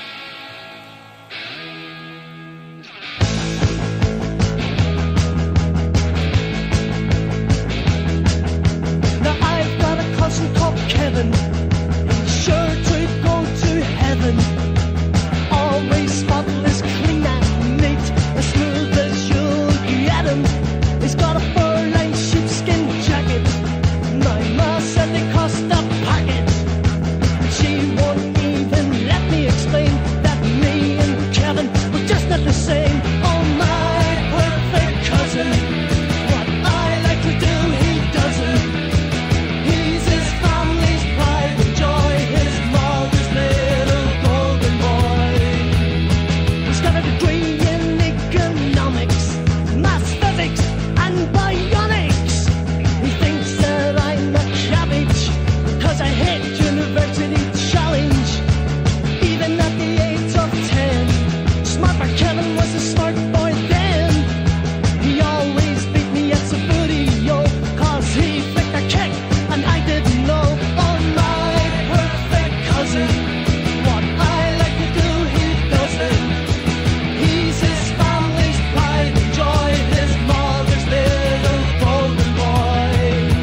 Now I've got a cousin called Kevin. He's sure to go to heaven. Always spotless, clean and neat, as smooth as you'll get him. He's got a fur-lined sheepskin jacket. My ma said they cost a packet. She won't even let me explain that me and Kevin were just not the same. Oh, my perfect cousin, what I like to do, he doesn't. He's his family's pride and joy, his mother's little golden boy. He's got a degree in economics, maths, physics, and bionics. He thinks that I'm a cabbage, cause I hate university challenge. Even at the age of 10, Smart for Kevin was a smart boy then. He always beat me at Subbuteo, cause he flicked a kick and I didn't know. Oh, my perfect cousin, what I like to do, he doesn't. He's his family's pride and joy, his mother's little golden boy.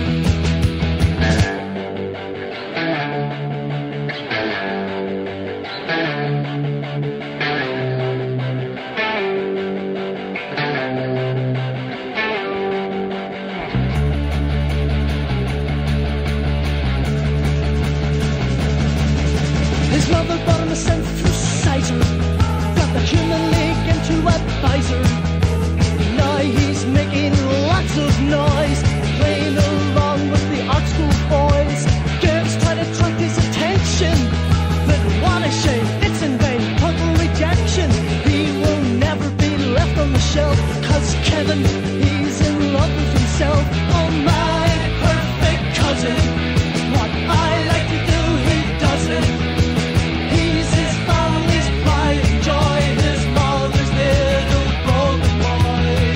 His mother bought him a synthesizer, got the Human League into advisor. Now he's making lots of noise, playing along with the art school boys. Girls try to attract his attention, but what a shame, it's in vain, total rejection. He will never be left on the shelf, cause Kevin, he's in love with himself. Oh, my perfect cousin, what I like to do, he doesn't. He's his family's pride and joy, his mother's little golden boy.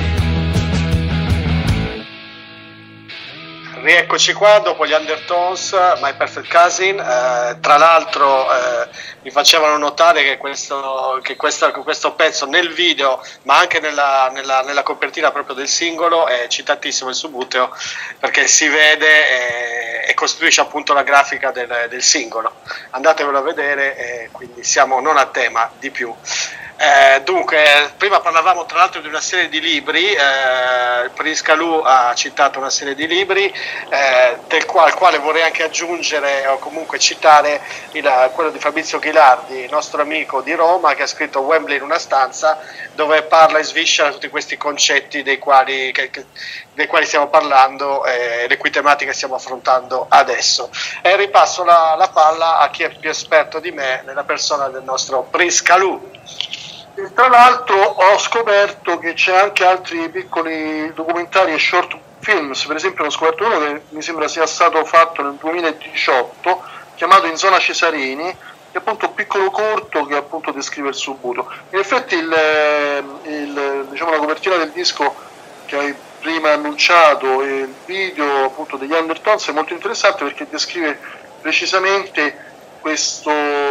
Rieccoci qua dopo gli Undertones, My Perfect Cousin. Tra l'altro mi facevano notare che questo pezzo nel video, ma anche nella copertina proprio del singolo, è citatissimo il Subbuteo, perché si vede e costruisce appunto la grafica del singolo. Andatevelo a vedere, quindi siamo non a tema, di più. Dunque, prima parlavamo tra l'altro di una serie di libri, Prince Kalu ha citato una serie di libri, al quale vorrei anche aggiungere o comunque citare quello di Fabrizio Ghilardi, nostro amico di Roma, che ha scritto Wembley in una stanza, dove parla e sviscera tutti questi concetti dei quali stiamo parlando, le cui tematiche stiamo affrontando adesso. E ripasso la palla a chi è più esperto di me, nella persona del nostro Prince Kalu. E tra l'altro ho scoperto che c'è anche altri piccoli documentari e short films, per esempio ho scoperto uno che mi sembra sia stato fatto nel 2018, chiamato In zona Cesarini, che è appunto un piccolo corto che appunto descrive il Subbuteo. In effetti diciamo, la copertina del disco che hai prima annunciato e il video appunto degli Undertones è molto interessante, perché descrive precisamente questo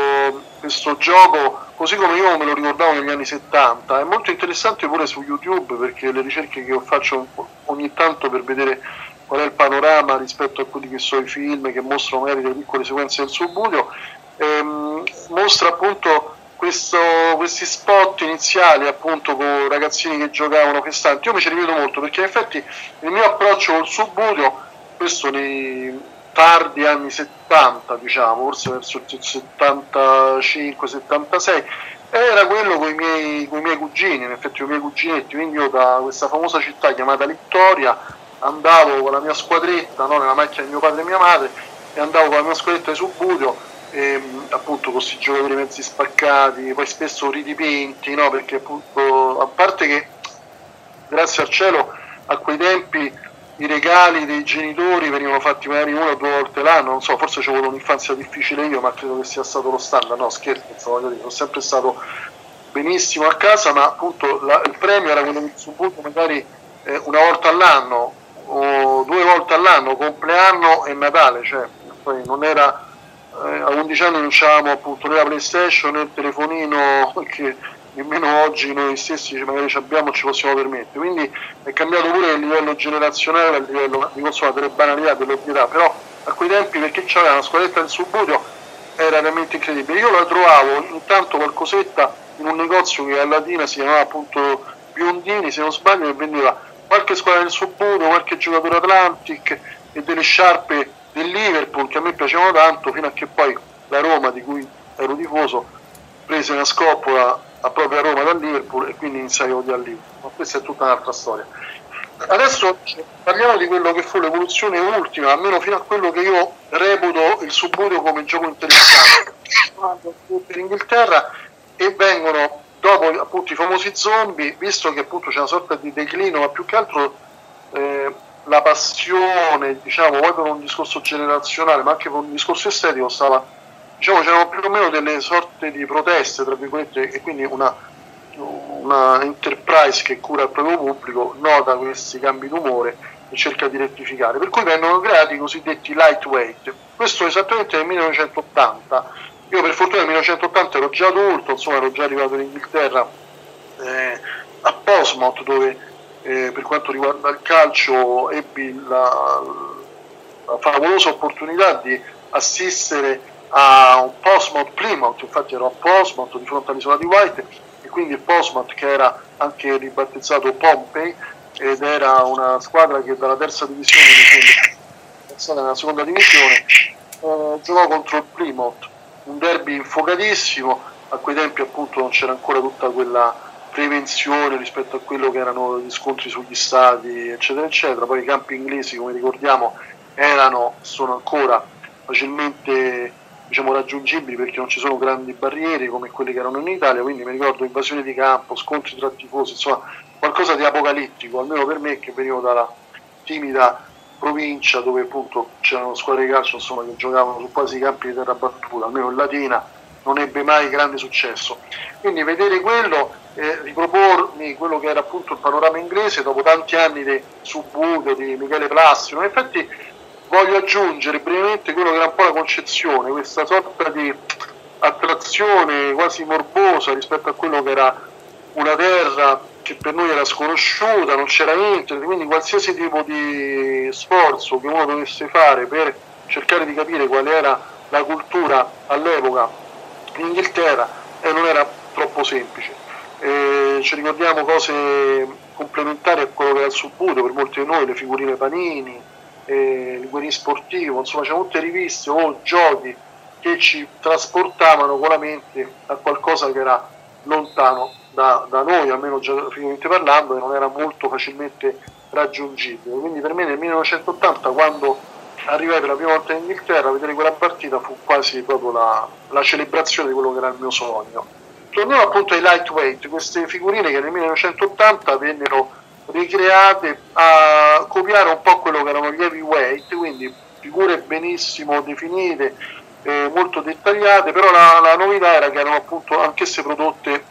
gioco così come io me lo ricordavo negli anni 70. È molto interessante pure su YouTube, perché le ricerche che io faccio ogni tanto per vedere qual è il panorama rispetto a quelli che sono i film che mostrano magari delle piccole sequenze del Subbuteo, mostra appunto questi spot iniziali appunto con ragazzini che giocavano festanti. Io mi ci rivedo molto, perché in effetti il mio approccio col Subbuteo, questo nei tardi anni 70, diciamo, forse verso il 75-76, era quello con i miei cugini, in effetti con i miei cuginetti. Quindi io da questa famosa città chiamata Littoria andavo con la mia squadretta, no, nella macchina di mio padre e mia madre, e andavo con la mia squadretta di Subbuteo, appunto con questi giocatori mezzi spaccati, poi spesso ridipinti, no, perché appunto, a parte che grazie al cielo a quei tempi i regali dei genitori venivano fatti magari 1 o 2 volte l'anno, non so, forse ci ho avuto un'infanzia difficile io, ma credo che sia stato lo standard, no scherzo, voglio dire, sono sempre stato benissimo a casa, ma appunto il premio era quello del subbuglio magari una volta all'anno o 2 volte all'anno, compleanno e Natale, cioè poi non era a 11 anni non c'avevamo appunto né la PlayStation né il telefonino che nemmeno oggi noi stessi magari ci abbiamo e ci possiamo permettere, quindi è cambiato pure il livello generazionale, il livello di consumo delle banalità, delle ovvietà, però a quei tempi perché c'era una squadretta del subbuglio era veramente incredibile. Io la trovavo intanto qualcosetta in un negozio che a Latina si chiamava appunto Biondini, se non sbaglio, che vendeva qualche squadra del subbuglio, qualche giocatore Atlantic e delle sciarpe del Liverpool che a me piacevano tanto, fino a che poi la Roma, di cui ero tifoso, prese una scoppola a propria Roma dal Liverpool e quindi iniziai a odiare Liverpool, ma questa è tutta un'altra storia. Adesso parliamo di quello che fu l'evoluzione ultima, almeno fino a quello che io reputo il subbuglio come gioco interessante. Per Inghilterra e vengono dopo appunto i famosi zombie, visto che appunto c'è una sorta di declino, ma più che altro la passione, diciamo, poi per un discorso generazionale, ma anche per un discorso estetico stava, diciamo, c'erano più o meno delle sorte di proteste, tra virgolette, e quindi una enterprise che cura il proprio pubblico nota questi cambi d'umore e cerca di rettificare, per cui vengono creati i cosiddetti lightweight. Questo esattamente nel 1980. Io per fortuna nel 1980 ero già adulto, insomma ero già arrivato in Inghilterra a Portsmouth, dove per quanto riguarda il calcio ebbi la favolosa opportunità di assistere a un Portsmouth-Plymouth, infatti ero a Portsmouth di fronte all'isola di Wight, e quindi il Portsmouth, che era anche ribattezzato Pompey ed era una squadra che dalla terza divisione è passata nella seconda divisione, giocò contro il Plymouth, un derby infuocatissimo. A quei tempi appunto non c'era ancora tutta quella prevenzione rispetto a quello che erano gli scontri sugli stadi eccetera eccetera. Poi i campi inglesi, come ricordiamo, sono ancora facilmente, diciamo, raggiungibili perché non ci sono grandi barriere come quelle che erano in Italia, quindi mi ricordo invasioni di campo, scontri tra tifosi, insomma qualcosa di apocalittico, almeno per me che venivo dalla timida provincia dove appunto c'erano squadre di calcio, insomma, che giocavano su quasi campi di terra battuta, almeno in Latina non ebbe mai grande successo. Quindi vedere quello, ripropormi quello che era appunto il panorama inglese dopo tanti anni di subbuglio di Michele Plastico. Infatti voglio aggiungere brevemente quello che era un po' la concezione, questa sorta di attrazione quasi morbosa rispetto a quello che era una terra che per noi era sconosciuta, non c'era internet, quindi qualsiasi tipo di sforzo che uno dovesse fare per cercare di capire qual era la cultura all'epoca in Inghilterra non era troppo semplice. Ci ricordiamo cose complementari a quello che era il subbuglio, per molti di noi le figurine Panini, il Guerin Sportivo, insomma c'erano tutte riviste o giochi che ci trasportavano con la mente a qualcosa che era lontano da noi, almeno geograficamente parlando, e non era molto facilmente raggiungibile. Quindi per me nel 1980, quando arrivai per la prima volta in Inghilterra, a vedere quella partita fu quasi proprio la celebrazione di quello che era il mio sogno. Torniamo appunto ai lightweight, queste figurine che nel 1980 vennero ricreate a copiare un po' quello che erano gli heavyweight, quindi figure benissimo definite, molto dettagliate, però la novità era che erano appunto anch'esse prodotte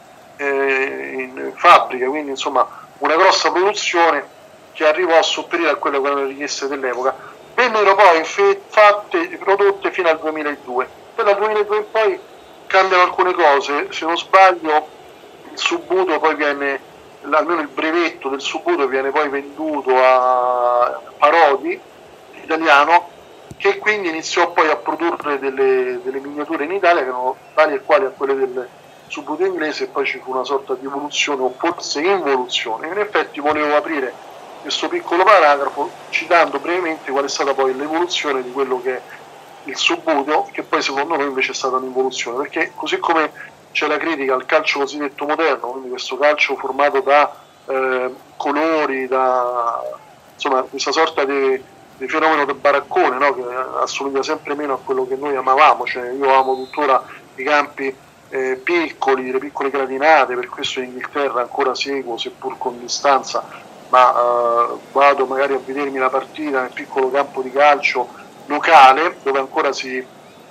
in fabbrica, quindi insomma una grossa produzione che arrivò a sopperire a quelle che erano le richieste dell'epoca. Vennero poi prodotte fino al 2002, poi dal 2002 in poi cambiano alcune cose, se non sbaglio il subbuglio poi viene, almeno il brevetto del subbuglio viene poi venduto a Parodi, italiano, che quindi iniziò poi a produrre delle miniature in Italia che erano tali e quali a quelle del subbuglio inglese, e poi ci fu una sorta di evoluzione o forse involuzione. In effetti volevo aprire questo piccolo paragrafo citando brevemente qual è stata poi l'evoluzione di quello che è il subbuglio, che poi secondo me invece è stata un'involuzione, perché così come c'è la critica al calcio cosiddetto moderno, quindi questo calcio formato da colori, da insomma questa sorta di fenomeno del baraccone, no? Che assomiglia sempre meno a quello che noi amavamo, cioè io amo tuttora i campi piccoli, le piccole gradinate, per questo in Inghilterra ancora seguo, seppur con distanza, ma vado magari a vedermi la partita nel piccolo campo di calcio locale, dove ancora si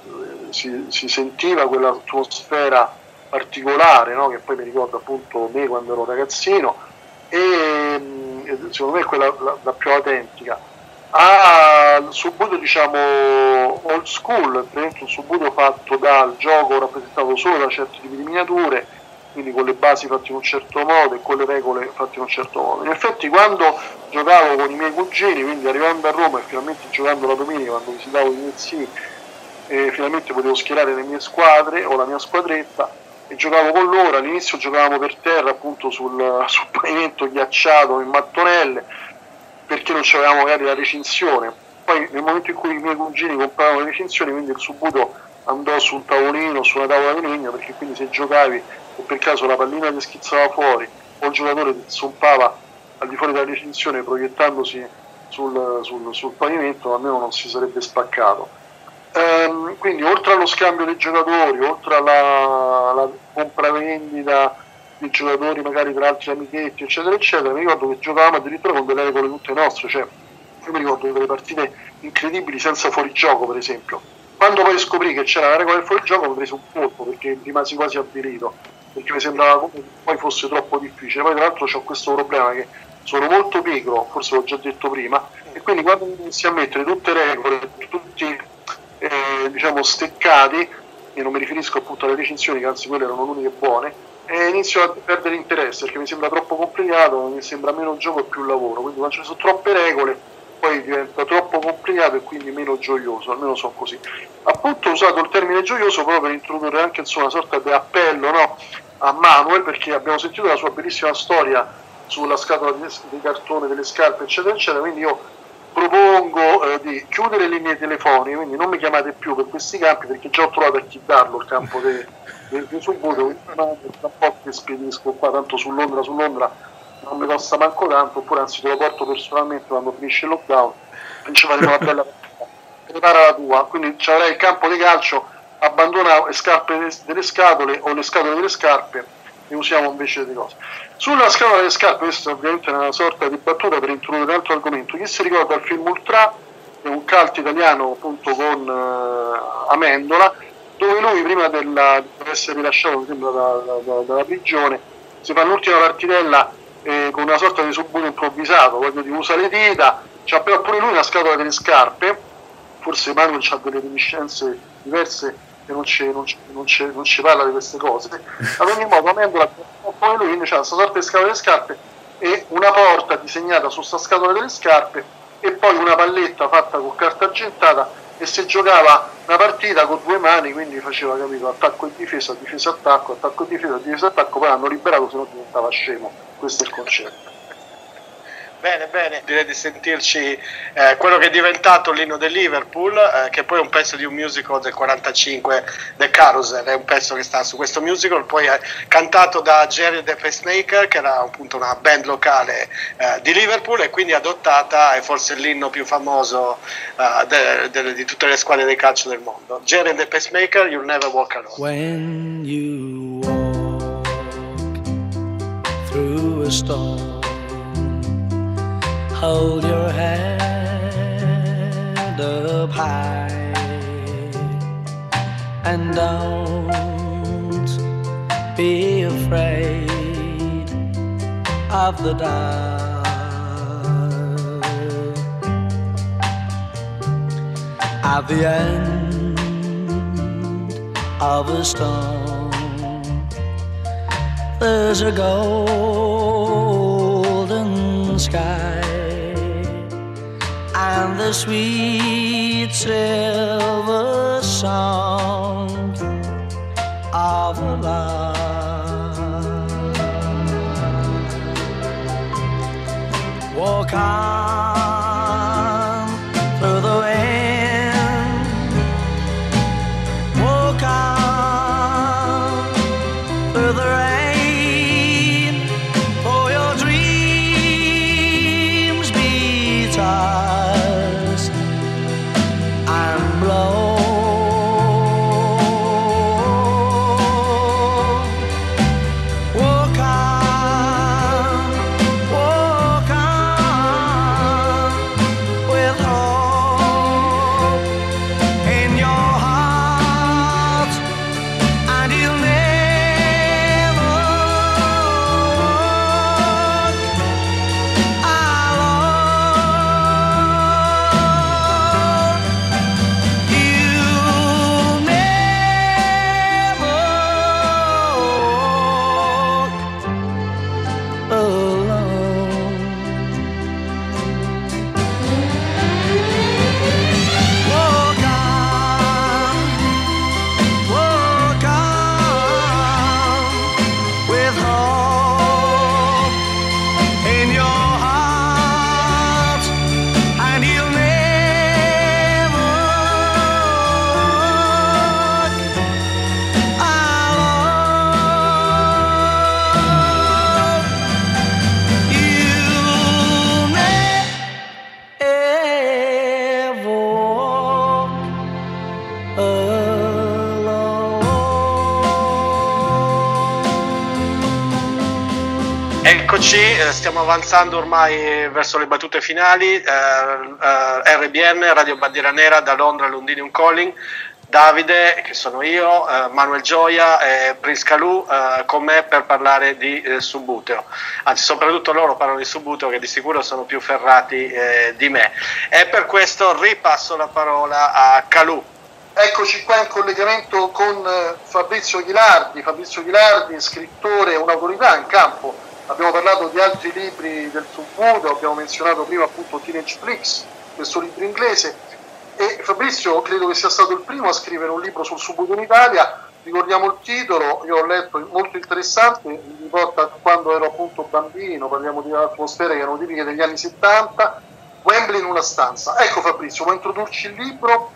sentiva quell'atmosfera particolare, no? Che poi mi ricordo appunto me quando ero ragazzino, e secondo me è quella la più autentica. Ha subito, diciamo, old school, per esempio un subito fatto dal gioco rappresentato solo da certi tipi di miniature, quindi con le basi fatte in un certo modo e con le regole fatte in un certo modo. In effetti quando giocavo con i miei cugini, quindi arrivando a Roma e finalmente giocando la domenica, quando visitavo i miei zii, finalmente potevo schierare le mie squadre o la mia squadretta e giocavo con loro. All'inizio giocavamo per terra, appunto sul pavimento ghiacciato in mattonelle, perché non avevamo magari la recinzione. Poi nel momento in cui i miei cugini compravano le recinzioni, quindi il subuto andò su un tavolino, su una tavola di legno, perché quindi se giocavi e per caso la pallina ti schizzava fuori o il giocatore ti zompava al di fuori della recinzione proiettandosi sul pavimento, almeno non si sarebbe spaccato. Quindi oltre allo scambio dei giocatori, oltre alla compravendita di giocatori magari tra altri amichetti eccetera eccetera, mi ricordo che giocavamo addirittura con delle regole tutte nostre, cioè io mi ricordo delle partite incredibili senza fuorigioco, per esempio. Quando poi scoprì che c'era la regola del fuorigioco mi prese un colpo, perché rimasi quasi avvilito, perché mi sembrava come che poi fosse troppo difficile. Poi tra l'altro ho questo problema che sono molto pigro, forse l'ho già detto prima, e quindi quando inizi a mettere tutte regole, tutti diciamo steccati, e non mi riferisco appunto alle recinzioni, che anzi quelle erano le uniche buone, e inizio a perdere interesse, perché mi sembra troppo complicato, mi sembra meno gioco e più lavoro. Quindi quando ci sono troppe regole poi diventa troppo complicato e quindi meno gioioso, almeno sono così. Appunto ho usato il termine gioioso proprio per introdurre anche insomma, una sorta di appello, no, a Manuel, perché abbiamo sentito la sua bellissima storia sulla scatola di cartone delle scarpe eccetera eccetera, quindi io propongo di chiudere le linee telefoniche, quindi non mi chiamate più per questi campi, perché già ho trovato a chi darlo il campo del subbuto, tra un po' che spedisco qua, tanto su Londra non mi costa manco tanto, oppure anzi te lo porto personalmente quando finisce il lockdown e ci faremo una bella partita. Prepara la tua, quindi ci avrai il campo di calcio, abbandona le scarpe delle scatole o le scatole delle scarpe e usiamo invece delle cose. Sulla scatola delle scarpe, questa ovviamente è una sorta di battuta per introdurre un altro argomento. Chi si ricorda il film Ultra, è un cult italiano appunto con Amendola, dove lui prima di essere rilasciato mi sembra dalla prigione si fa l'ultima partitella con una sorta di subbuto improvvisato, voglio dire, usa le dita, c'ha però pure lui una scatola delle scarpe, forse Manuel ha delle reminiscenze diverse che non ci parla di queste cose. Ad ogni modo Amendola come lui quindi c'ha questa sorta di scatola delle scarpe e una porta disegnata su sta scatola delle scarpe e poi una palletta fatta con carta argentata, e si giocava una partita con due mani, quindi faceva, capito, attacco e difesa, difesa attacco, attacco e difesa, difesa attacco, poi hanno liberato, se no diventava scemo. Questo è il concetto. Bene, direi di sentirci quello che è diventato l'inno del Liverpool, che poi è un pezzo di un musical del 45, The Carousel, è un pezzo che sta su questo musical, poi è cantato da Jerry the Pacemaker, che era appunto una band locale di Liverpool, e quindi adottata, è forse l'inno più famoso di tutte le squadre di calcio del mondo. Jerry the Pacemaker, You'll Never Walk Alone. When you walk through a storm, hold your head up high and don't be afraid of the dark. At the end of a storm, there's a golden sky and the sweet silver song of love. Walk on through the wind, walk on through the rain, for your dreams be tossed and blown. Walk on Eccoci, stiamo avanzando ormai verso le battute finali. RBN, Radio Bandiera Nera, da Londra, Londinium Calling. Davide, che sono io, Manuel Gioia e Prince Kalou con me per parlare di Subbuteo. Anzi, soprattutto loro parlano di Subbuteo, che di sicuro sono più ferrati di me. E per questo ripasso la parola a Kalou. Eccoci qua in collegamento con Fabrizio Ghilardi, scrittore, un'autorità in campo. Abbiamo parlato di altri libri del Subbuteo, abbiamo menzionato prima appunto Teenage Flix, questo libro inglese, e Fabrizio credo che sia stato il primo a scrivere un libro sul Subbuteo in Italia. Ricordiamo il titolo, io ho letto, molto interessante, mi riporta quando ero appunto bambino, parliamo di atmosfere che erano tipiche degli anni 70, Wembley in una stanza. Ecco Fabrizio, vuoi introdurci il libro?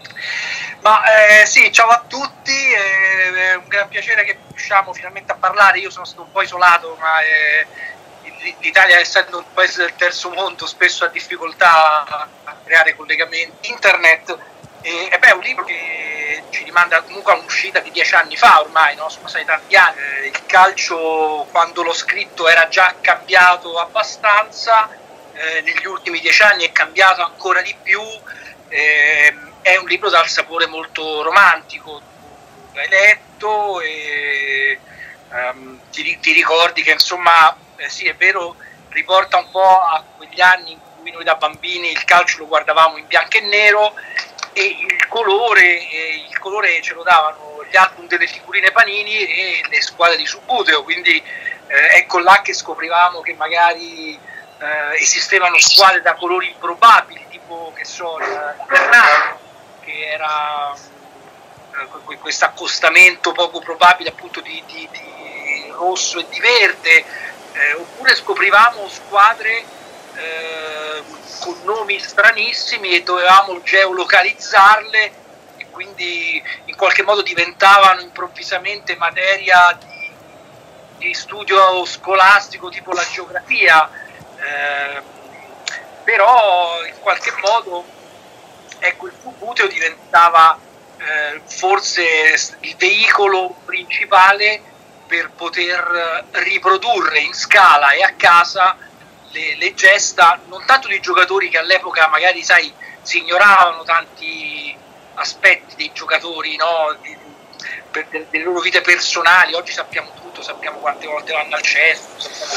Sì, ciao a tutti, è un gran piacere che riusciamo finalmente a parlare. Io sono stato un po' isolato, ma l'Italia, essendo un paese del terzo mondo, spesso ha difficoltà a creare collegamenti internet, e è un libro che ci rimanda comunque a un'uscita di 10 anni fa ormai, no? Sono passati tanti anni. Il calcio, quando l'ho scritto, era già cambiato abbastanza, negli ultimi 10 anni è cambiato ancora di più. È un libro dal sapore molto romantico, l'hai letto e ti ricordi che insomma sì, è vero, riporta un po' a quegli anni in cui noi da bambini il calcio lo guardavamo in bianco e nero, e il colore ce lo davano gli album delle figurine Panini e le squadre di Subbuteo, quindi ecco là che scoprivamo che magari esistevano squadre da colori improbabili, tipo, che so, il Bernardo, che era questo accostamento poco probabile appunto di rosso e di verde, oppure scoprivamo squadre con nomi stranissimi e dovevamo geolocalizzarle, e quindi in qualche modo diventavano improvvisamente materia di studio scolastico, tipo la geografia, però in qualche modo ecco, il Subbuteo diventava forse il veicolo principale per poter riprodurre in scala e a casa le gesta, non tanto di giocatori che all'epoca magari, sai, si ignoravano tanti aspetti dei giocatori, no? Delle loro vite personali. Oggi sappiamo tutto, sappiamo quante volte vanno al cesso,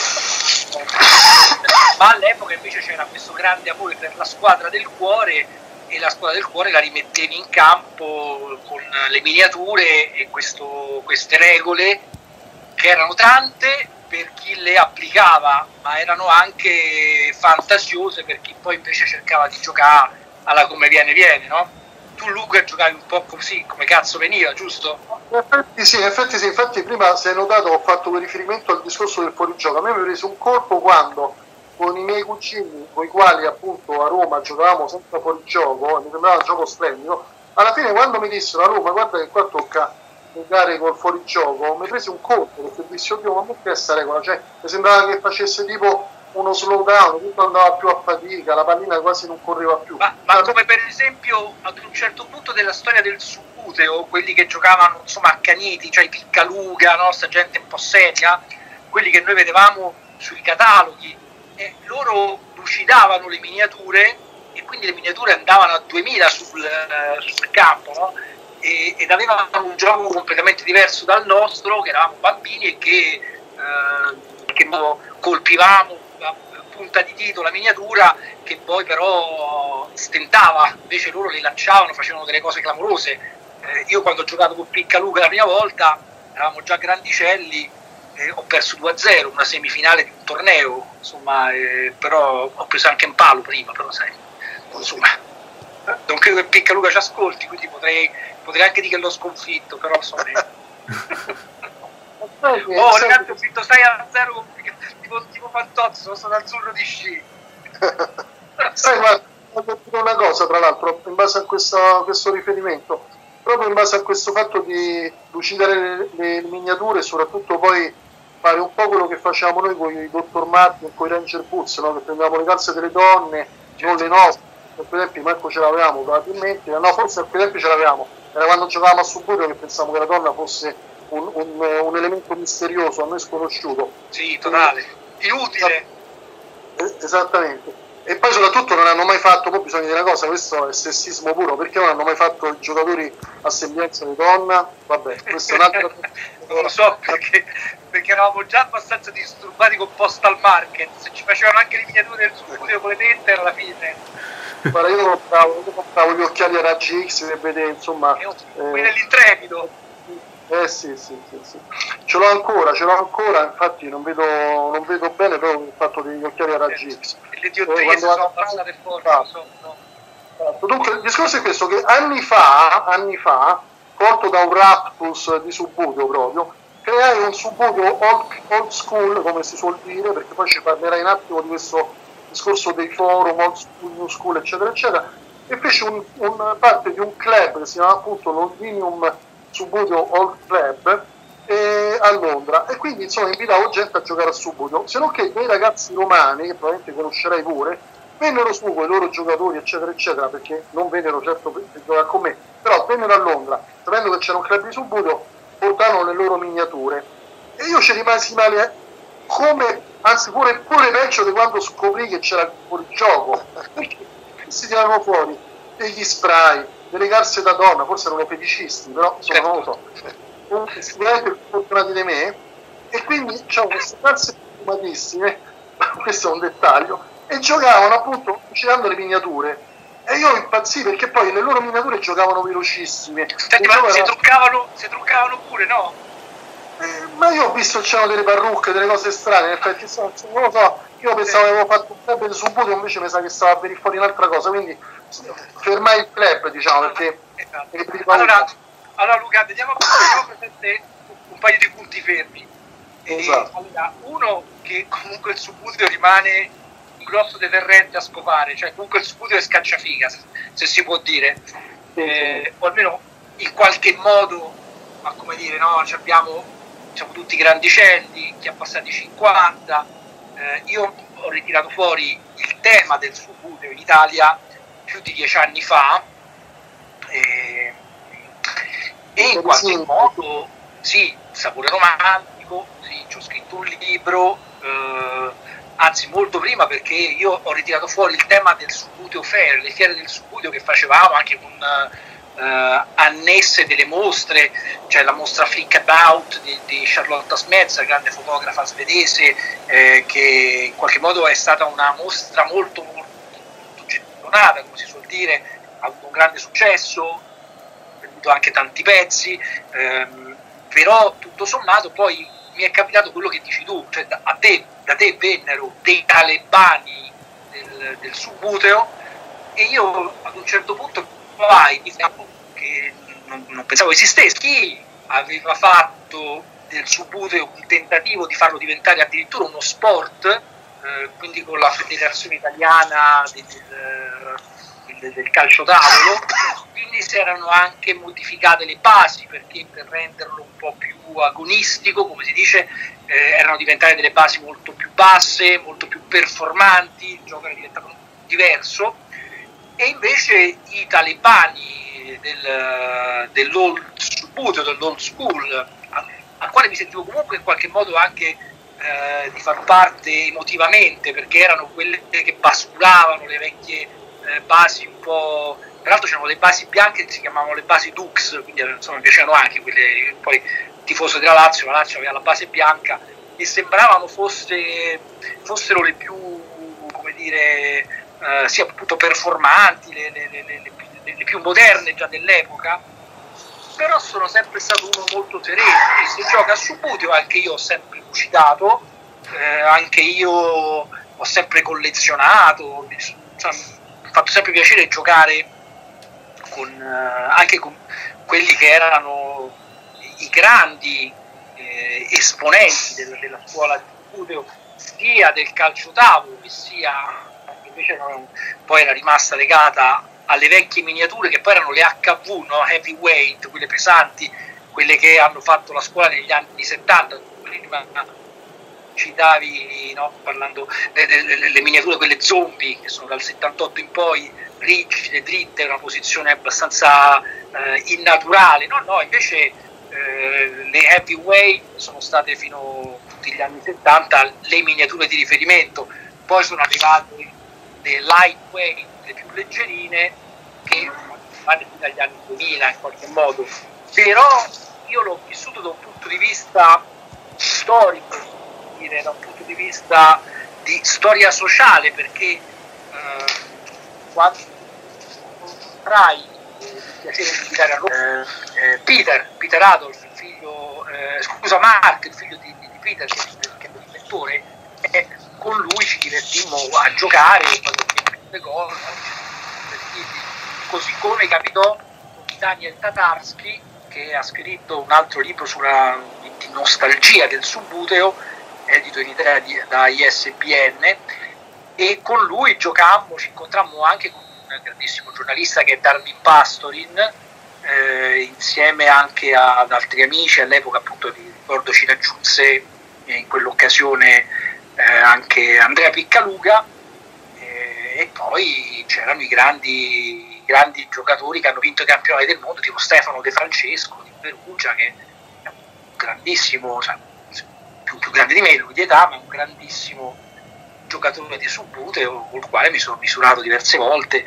ma all'epoca invece c'era questo grande amore per la squadra del cuore, e la squadra del cuore la rimettevi in campo con le miniature e queste regole, che erano tante per chi le applicava, ma erano anche fantasiose per chi poi invece cercava di giocare alla come viene, no? Tu, Luca, giocavi un po' così, come cazzo veniva, giusto? In effetti sì, infatti prima, se hai notato, ho fatto un riferimento al discorso del fuorigioco. A me mi ha preso un colpo quando con i miei cugini, con i quali appunto a Roma giocavamo senza fuorigioco, mi sembrava un gioco splendido. Alla fine, quando mi dissero a Roma, guarda che qua tocca giocare col fuorigioco, mi prese un colpo, perché dissi, oddio, ma perché questa regola? Cioè, mi sembrava che facesse tipo uno slowdown, tutto andava più a fatica, la pallina quasi non correva più. Ma come per esempio ad un certo punto della storia del Subbuteo, quelli che giocavano insomma accaniti, cioè i Piccaluga, no? Sta gente un po' seria, quelli che noi vedevamo sui cataloghi, loro lucidavano le miniature, e quindi le miniature andavano a 2000 sul campo, no? Ed avevano un gioco completamente diverso dal nostro, che eravamo bambini e che colpivamo a punta di dito la miniatura, che poi però stentava. Invece loro le lanciavano, facevano delle cose clamorose. Io quando ho giocato con Piccaluga la prima volta, eravamo già grandicelli, ho perso 2-0 una semifinale di un torneo, insomma, però ho preso anche un palo prima, però sai, insomma, non credo che Piccaluga ci ascolti, quindi potrei anche dire che l'ho sconfitto, però insomma. Ragazzi, ho vinto 6-0 tipo Fantozzi, sono stato azzurro di sci. Guarda, voglio dire una cosa, tra l'altro, in base a questo riferimento, proprio in base a questo fatto di lucidare le miniature, e soprattutto poi fare un po' quello che facevamo noi con i Dr. Martin, con i Ranger Boots, no? Che prendevamo le calze delle donne, non le nostre. A quei tempi manco ce l'avevamo probabilmente, no, forse a quei tempi ce l'avevamo, era quando giocavamo a Subbuteo che pensavamo che la donna fosse un elemento misterioso, a noi sconosciuto. Sì, totale. inutile. Esattamente. E poi soprattutto non hanno mai fatto, poi bisogna dire una cosa, questo è sessismo puro, perché non hanno mai fatto i giocatori a sembianza di donna? Vabbè, questo è un altro... Non lo so, perché eravamo già abbastanza disturbati con Postal Market, se ci facevano anche le miniature del studio con le tette era la fine. Guarda, io compravo gli occhiali a raggi X per vedere, insomma... Quelli dell'Intrepido. Sì. Ce l'ho ancora, infatti non vedo bene però il fatto degli occhiali a raggi X. E le diotrie si sono abbassate fuori, Dunque il discorso è questo, che anni fa, colto da un raptus di Subbuteo proprio, creai un Subbuteo old school, come si suol dire, perché poi ci parlerai un attimo di questo discorso dei forum, old school, new school, eccetera, eccetera, e feci un parte di un club che si chiama appunto Londinium Subbuteo Old Club a Londra, e quindi insomma invitavo gente a giocare a Subbuteo, se non che dei ragazzi romani, che probabilmente conoscerai pure, vennero su con i loro giocatori eccetera eccetera, perché non vennero certo per giocare con me, però vennero a Londra sapendo che c'era un club di Subbuteo, portarono le loro miniature e io ci rimasi male, come anzi pure peggio di quando scoprì che c'era il fuorigioco, perché si tiravano fuori degli spray, delle calze da donna, forse erano feticisti, però insomma non lo so, sicuramente più fortunati di me, e quindi c'ho queste calze fumatissime, questo è un dettaglio, e giocavano appunto girando le miniature, e io impazzii perché poi le loro miniature giocavano velocissime. Senti, ma si truccavano pure, no? Ma io ho visto c'erano delle parrucche, delle cose strane, in effetti non lo so, io pensavo che avevo fatto un club di Subbuteo, invece mi sa che stava a venire fuori un'altra cosa, quindi fermai il club, diciamo, perché allora Luca, vediamo presente un paio di punti fermi. Esatto. Allora, uno, che comunque il Subbuteo rimane un grosso deterrente a scopare, cioè comunque il Subbuteo è scacciafiga, se si può dire, o almeno in qualche modo, ma come dire, no, abbiamo siamo tutti grandicelli, chi ha passati i 50, io ho ritirato fuori il tema del Subbuteo in Italia più di 10 anni fa, e in qualche modo sì, sapore romantico, sì, ci ho scritto un libro, anzi molto prima, perché io ho ritirato fuori il tema del Subbuteo Fair, le fiere del Subbuteo che facevamo anche con annesse delle mostre, cioè la mostra Flick About di Charlotta Smetza, grande fotografa svedese, che in qualche modo è stata una mostra molto gettonata, come si suol dire, ha avuto un grande successo, ha venduto anche tanti pezzi, però tutto sommato poi mi è capitato quello che dici tu, cioè da te vennero dei talebani del Subbuteo, e io ad un certo punto che non pensavo esistesse. Chi aveva fatto del Subbuteo un tentativo di farlo diventare addirittura uno sport, quindi con la Federazione Italiana del calcio tavolo, quindi si erano anche modificate le basi, perché per renderlo un po' più agonistico, come si dice, erano diventate delle basi molto più basse, molto più performanti, il gioco era diventato diverso. E invece i talebani dell'old Subbuteo, dell'old school, al quale mi sentivo comunque in qualche modo anche di far parte emotivamente, perché erano quelle che basculavano le vecchie basi un po', peraltro c'erano le basi bianche che si chiamavano le basi Dux, quindi insomma mi piacevano anche quelle, poi tifoso della Lazio, la Lazio aveva la base bianca e sembravano fossero le più, come dire, sia appunto performanti, le più moderne già dell'epoca, però sono sempre stato uno molto sereno, e se gioca a Subbuteo anche io ho sempre lucidato, anche io ho sempre collezionato, mi ha fatto sempre piacere giocare anche con quelli che erano i grandi esponenti della scuola di Subbuteo, sia del calcio tavolo che sia invece poi era rimasta legata alle vecchie miniature che poi erano le HV, no? Heavyweight, quelle pesanti, quelle che hanno fatto la scuola negli anni 70. Prima citavi, no? Parlando le miniature, quelle zombie, che sono dal 78 in poi, rigide, dritte, una posizione abbastanza innaturale. No, invece le heavyweight sono state fino a tutti gli anni 70 le miniature di riferimento, poi sono arrivate le lightweight, le più leggerine, che vanno fino agli anni 2000 in qualche modo, però io l'ho vissuto da un punto di vista storico, da un punto di vista di storia sociale, perché quando incontrai il piacere di invitare a Roma Peter Adolf, il figlio Mark, il figlio di Peter, che è l'inventore, con lui ci divertimmo a giocare, le cose, così come capitò con Daniel Tatarsky, che ha scritto un altro libro di nostalgia del subbuteo, edito in Italia da ISBN, e con lui giocammo, ci incontrammo anche con un grandissimo giornalista che è Darwin Pastorin, insieme anche ad altri amici. All'epoca, appunto, vi ricordo, ci raggiunse in quell'occasione anche Andrea Piccaluga, e poi c'erano i grandi giocatori che hanno vinto i campionati del mondo, tipo Stefano De Francesco di Perugia, che è un grandissimo, più grande di me, lui di età, ma un grandissimo giocatore di subbuteo con il quale mi sono misurato diverse volte.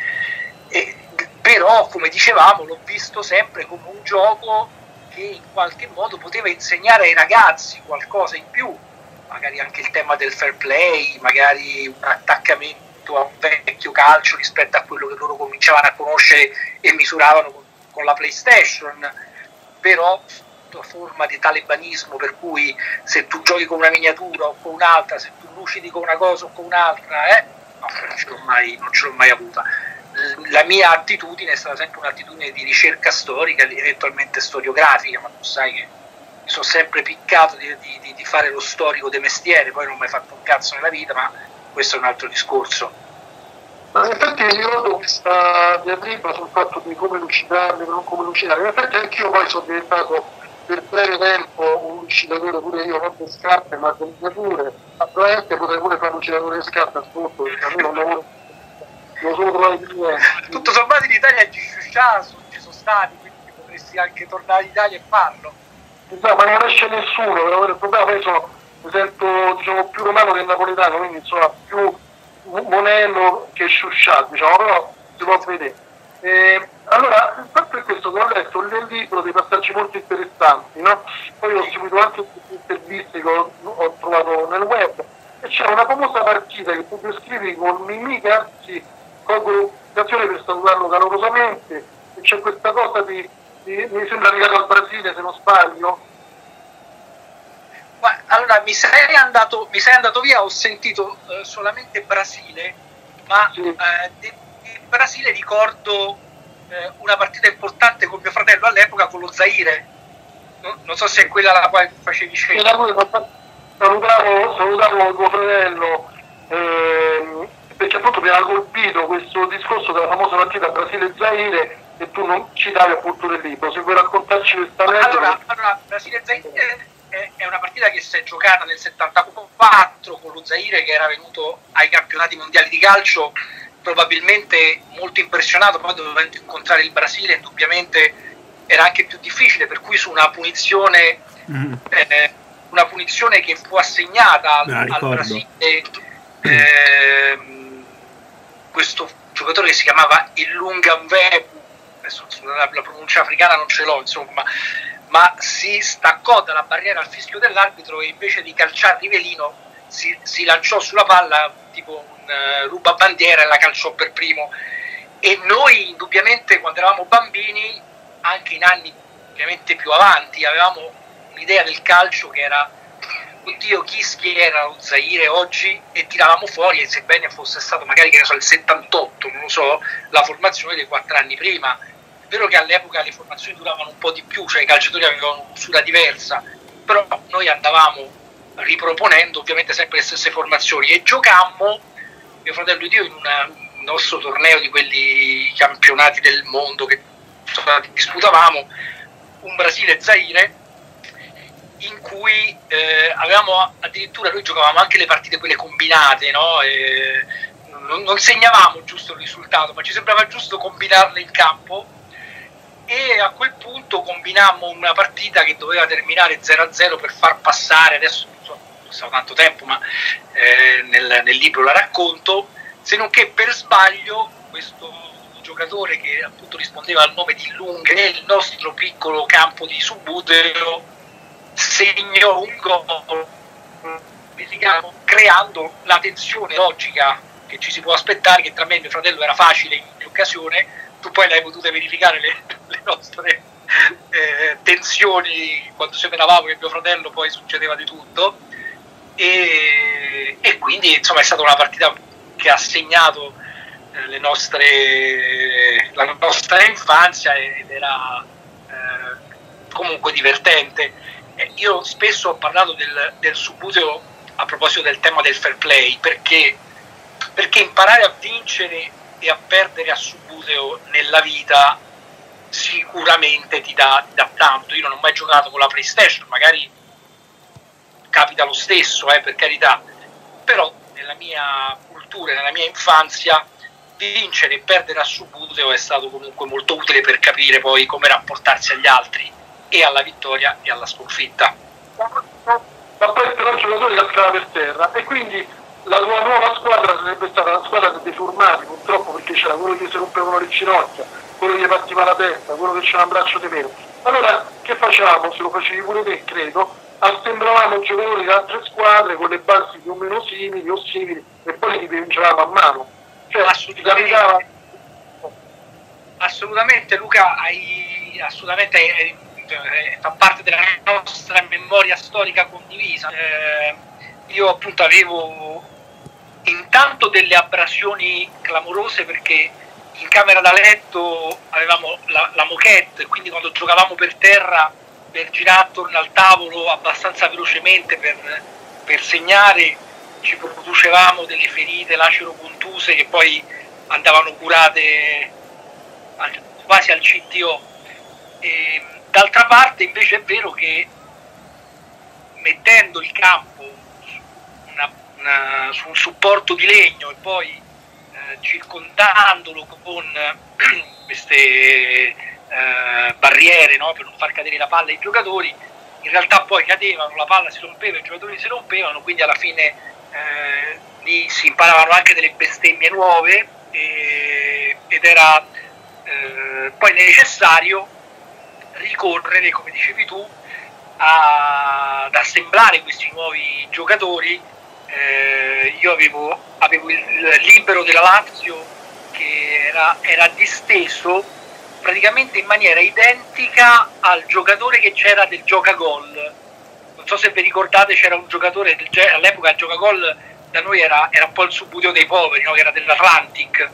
Però, come dicevamo, l'ho visto sempre come un gioco che in qualche modo poteva insegnare ai ragazzi qualcosa in più, magari anche il tema del fair play, magari un attaccamento a un vecchio calcio rispetto a quello che loro cominciavano a conoscere e misuravano con la PlayStation, però forma di talebanismo, per cui se tu giochi con una miniatura o con un'altra, se tu lucidi con una cosa o con un'altra, no, non ce l'ho mai avuta. La mia attitudine è stata sempre un'attitudine di ricerca storica, eventualmente storiografica, ma tu sai che mi sono sempre piccato di fare lo storico di mestiere, poi non ho mai fatto un cazzo nella vita, ma questo è un altro discorso. Ma infatti ricordo questa diatriba sul fatto di come lucidarle, non come lucidare. In effetti anch'io poi sono diventato per breve tempo un lucidatore pure io, non per scarpe ma per miniature, ma probabilmente potrei pure fare lucidatore di scarpe a sotto, perché a me non lavoro, non sono trovato più. Tutto sommato in Italia ci sono stati, quindi potresti anche tornare in Italia e farlo. Ma non riesce nessuno, però il problema è che mi sento, diciamo, più romano che napoletano, quindi insomma più monello che sciusciato, diciamo, però si può vedere. Allora, il fatto è questo, che ho letto nel libro dei passaggi molto interessanti, no? Poi ho seguito anche tutte interviste che ho trovato nel web, e c'è una famosa partita che tu descrivi con Mimì, che anzi colgo l'occasione per salutarlo calorosamente, e c'è questa cosa mi sembra legato al Brasile, se non sbaglio. Allora, mi sei andato via, ho sentito solamente Brasile, ma sì. Il Brasile ricordo una partita importante con mio fratello all'epoca con lo Zaire, non so se è quella alla quale facevi scelta. Salutavo tuo fratello, perché appunto mi ha colpito questo discorso della famosa partita Brasile-Zaire, e tu non citavi appunto nel libro. Se vuoi raccontarci questa allora Brasile-Zaire è una partita che si è giocata nel 74 con lo Zaire, che era venuto ai campionati mondiali di calcio probabilmente molto impressionato, poi dovendo incontrare il Brasile indubbiamente era anche più difficile, per cui su una punizione che fu assegnata al Brasile, questo giocatore che si chiamava Ilunga Mvebu, adesso la pronuncia africana non ce l'ho, insomma, ma si staccò dalla barriera al fischio dell'arbitro e invece di calciare Rivelino si lanciò sulla palla tipo un rubabandiera e la calciò per primo. E noi indubbiamente, quando eravamo bambini, anche in anni ovviamente più avanti, avevamo un'idea del calcio che era: oddio, chi schiera lo Zaire oggi? E tiravamo fuori, e sebbene fosse stato magari, che ne so, il 78, non lo so, la formazione dei 4 anni prima. È vero che all'epoca le formazioni duravano un po' di più, cioè i calciatori avevano un'usura diversa, però noi andavamo riproponendo ovviamente sempre le stesse formazioni, e giocammo, mio fratello ed io, in un nostro torneo di quelli campionati del mondo che disputavamo, un Brasile-Zaire, in cui avevamo addirittura, noi giocavamo anche le partite quelle combinate, no? Non segnavamo giusto il risultato, ma ci sembrava giusto combinarle in campo, e a quel punto combinammo una partita che doveva terminare 0-0 per far passare, adesso non so, non so tanto tempo, ma nel libro la racconto, se non che per sbaglio questo giocatore che appunto rispondeva al nome di Lung nel nostro piccolo campo di Subuteo segnò un gol, creando la tensione logica che ci si può aspettare, che tra me e mio fratello era facile in occasione. Tu poi l'hai potuta verificare le nostre tensioni quando seminavamo che mio fratello, poi succedeva di tutto, e quindi insomma è stata una partita che ha segnato la nostra infanzia ed era comunque divertente. Io spesso ho parlato del Subuteo a proposito del tema del fair play, perché imparare a vincere e a perdere a Subuteo nella vita sicuramente ti dà tanto. Io non ho mai giocato con la PlayStation, magari capita lo stesso, per carità, però nella mia cultura, nella mia infanzia, vincere e perdere a Subuteo è stato comunque molto utile per capire poi come rapportarsi agli altri e alla vittoria e alla sconfitta. Ma poi però il giocatore cascava per terra, e quindi la tua nuova squadra sarebbe stata la squadra dei deformati, purtroppo, perché c'era quello che si rompevano le ginocchia, quello che partiva la testa, quello che c'era un braccio di meno. Allora che facciamo? Se lo facevi pure te, credo, assemblavamo giocatori da altre squadre con le basi più o meno simili o simili, e poi li vincevamo a mano. Cioè, assolutamente Luca, fa parte della nostra memoria storica condivisa. Io appunto avevo intanto delle abrasioni clamorose, perché in camera da letto avevamo la moquette, quindi quando giocavamo per terra, per girare attorno al tavolo abbastanza velocemente per segnare, ci producevamo delle ferite lacero-contuse che poi andavano curate quasi al CTO. D'altra parte invece è vero che mettendo il campo su un supporto di legno e poi circondandolo con queste barriere, no, per non far cadere la palla ai giocatori, in realtà poi cadevano, la palla si rompeva, i giocatori si rompevano, quindi alla fine lì si imparavano anche delle bestemmie nuove, ed era poi necessario ricorrere, come dicevi tu, ad assemblare questi nuovi giocatori. Io avevo il libero della Lazio che era disteso praticamente in maniera identica al giocatore che c'era del Giocagol. Non so se vi ricordate, c'era un giocatore all'epoca, il Giocagol da noi era un po' il Subuteo dei poveri, no? Che era dell'Atlantic.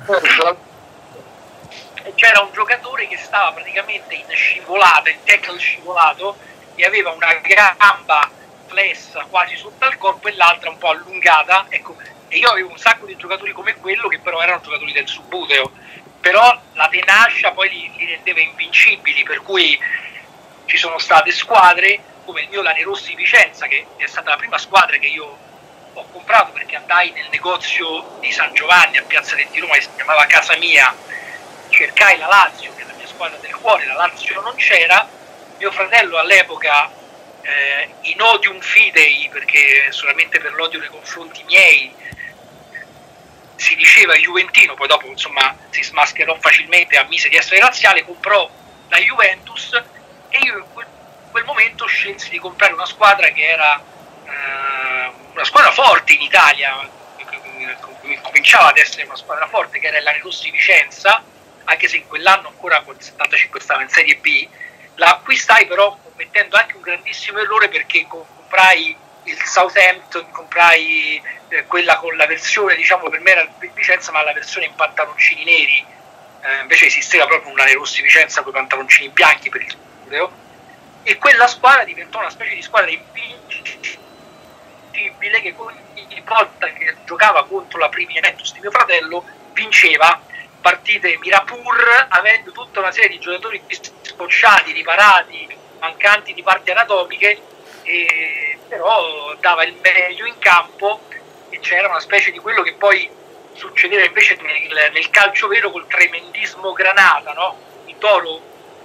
E c'era un giocatore che stava praticamente in scivolata, in tackle scivolato, e aveva una gamba flessa quasi sotto al corpo e l'altra un po' allungata, ecco. E io avevo un sacco di giocatori come quello, che però erano giocatori del Subuteo, però la tenacia poi li rendeva invincibili, per cui ci sono state squadre come il mio Lanerossi Vicenza, che è stata la prima squadra che io ho comprato, perché andai nel negozio di San Giovanni a Piazza del Roma, che si chiamava Casa Mia, cercai la Lazio, che è la mia squadra del cuore. La Lazio non c'era, mio fratello all'epoca in odium fidei, perché solamente per l'odio nei confronti miei si diceva juventino, poi dopo insomma si smascherò facilmente, ammise di essere razziale, comprò la Juventus, e io in quel momento scelsi di comprare una squadra che era una squadra forte in Italia, cominciava ad essere una squadra forte, che era il Lanerossi Vicenza, anche se in quell'anno ancora con il 75 stava in Serie B. La acquistai però commettendo anche un grandissimo errore, perché comprai il Southampton, comprai quella con la versione, diciamo, per me era il Vicenza, ma la versione in pantaloncini neri, invece esisteva proprio un Lanerossi Vicenza con i pantaloncini bianchi per il Subuteo, e quella squadra diventò una specie di squadra invincibile, che ogni volta che giocava contro la prima Juventus di mio fratello vinceva partite Mirapur, avendo tutta una serie di giocatori scocciati, riparati, mancanti di parti anatomiche, però dava il meglio in campo, e c'era una specie di quello che poi succedeva invece nel calcio vero col tremendismo Granata, no? I Toro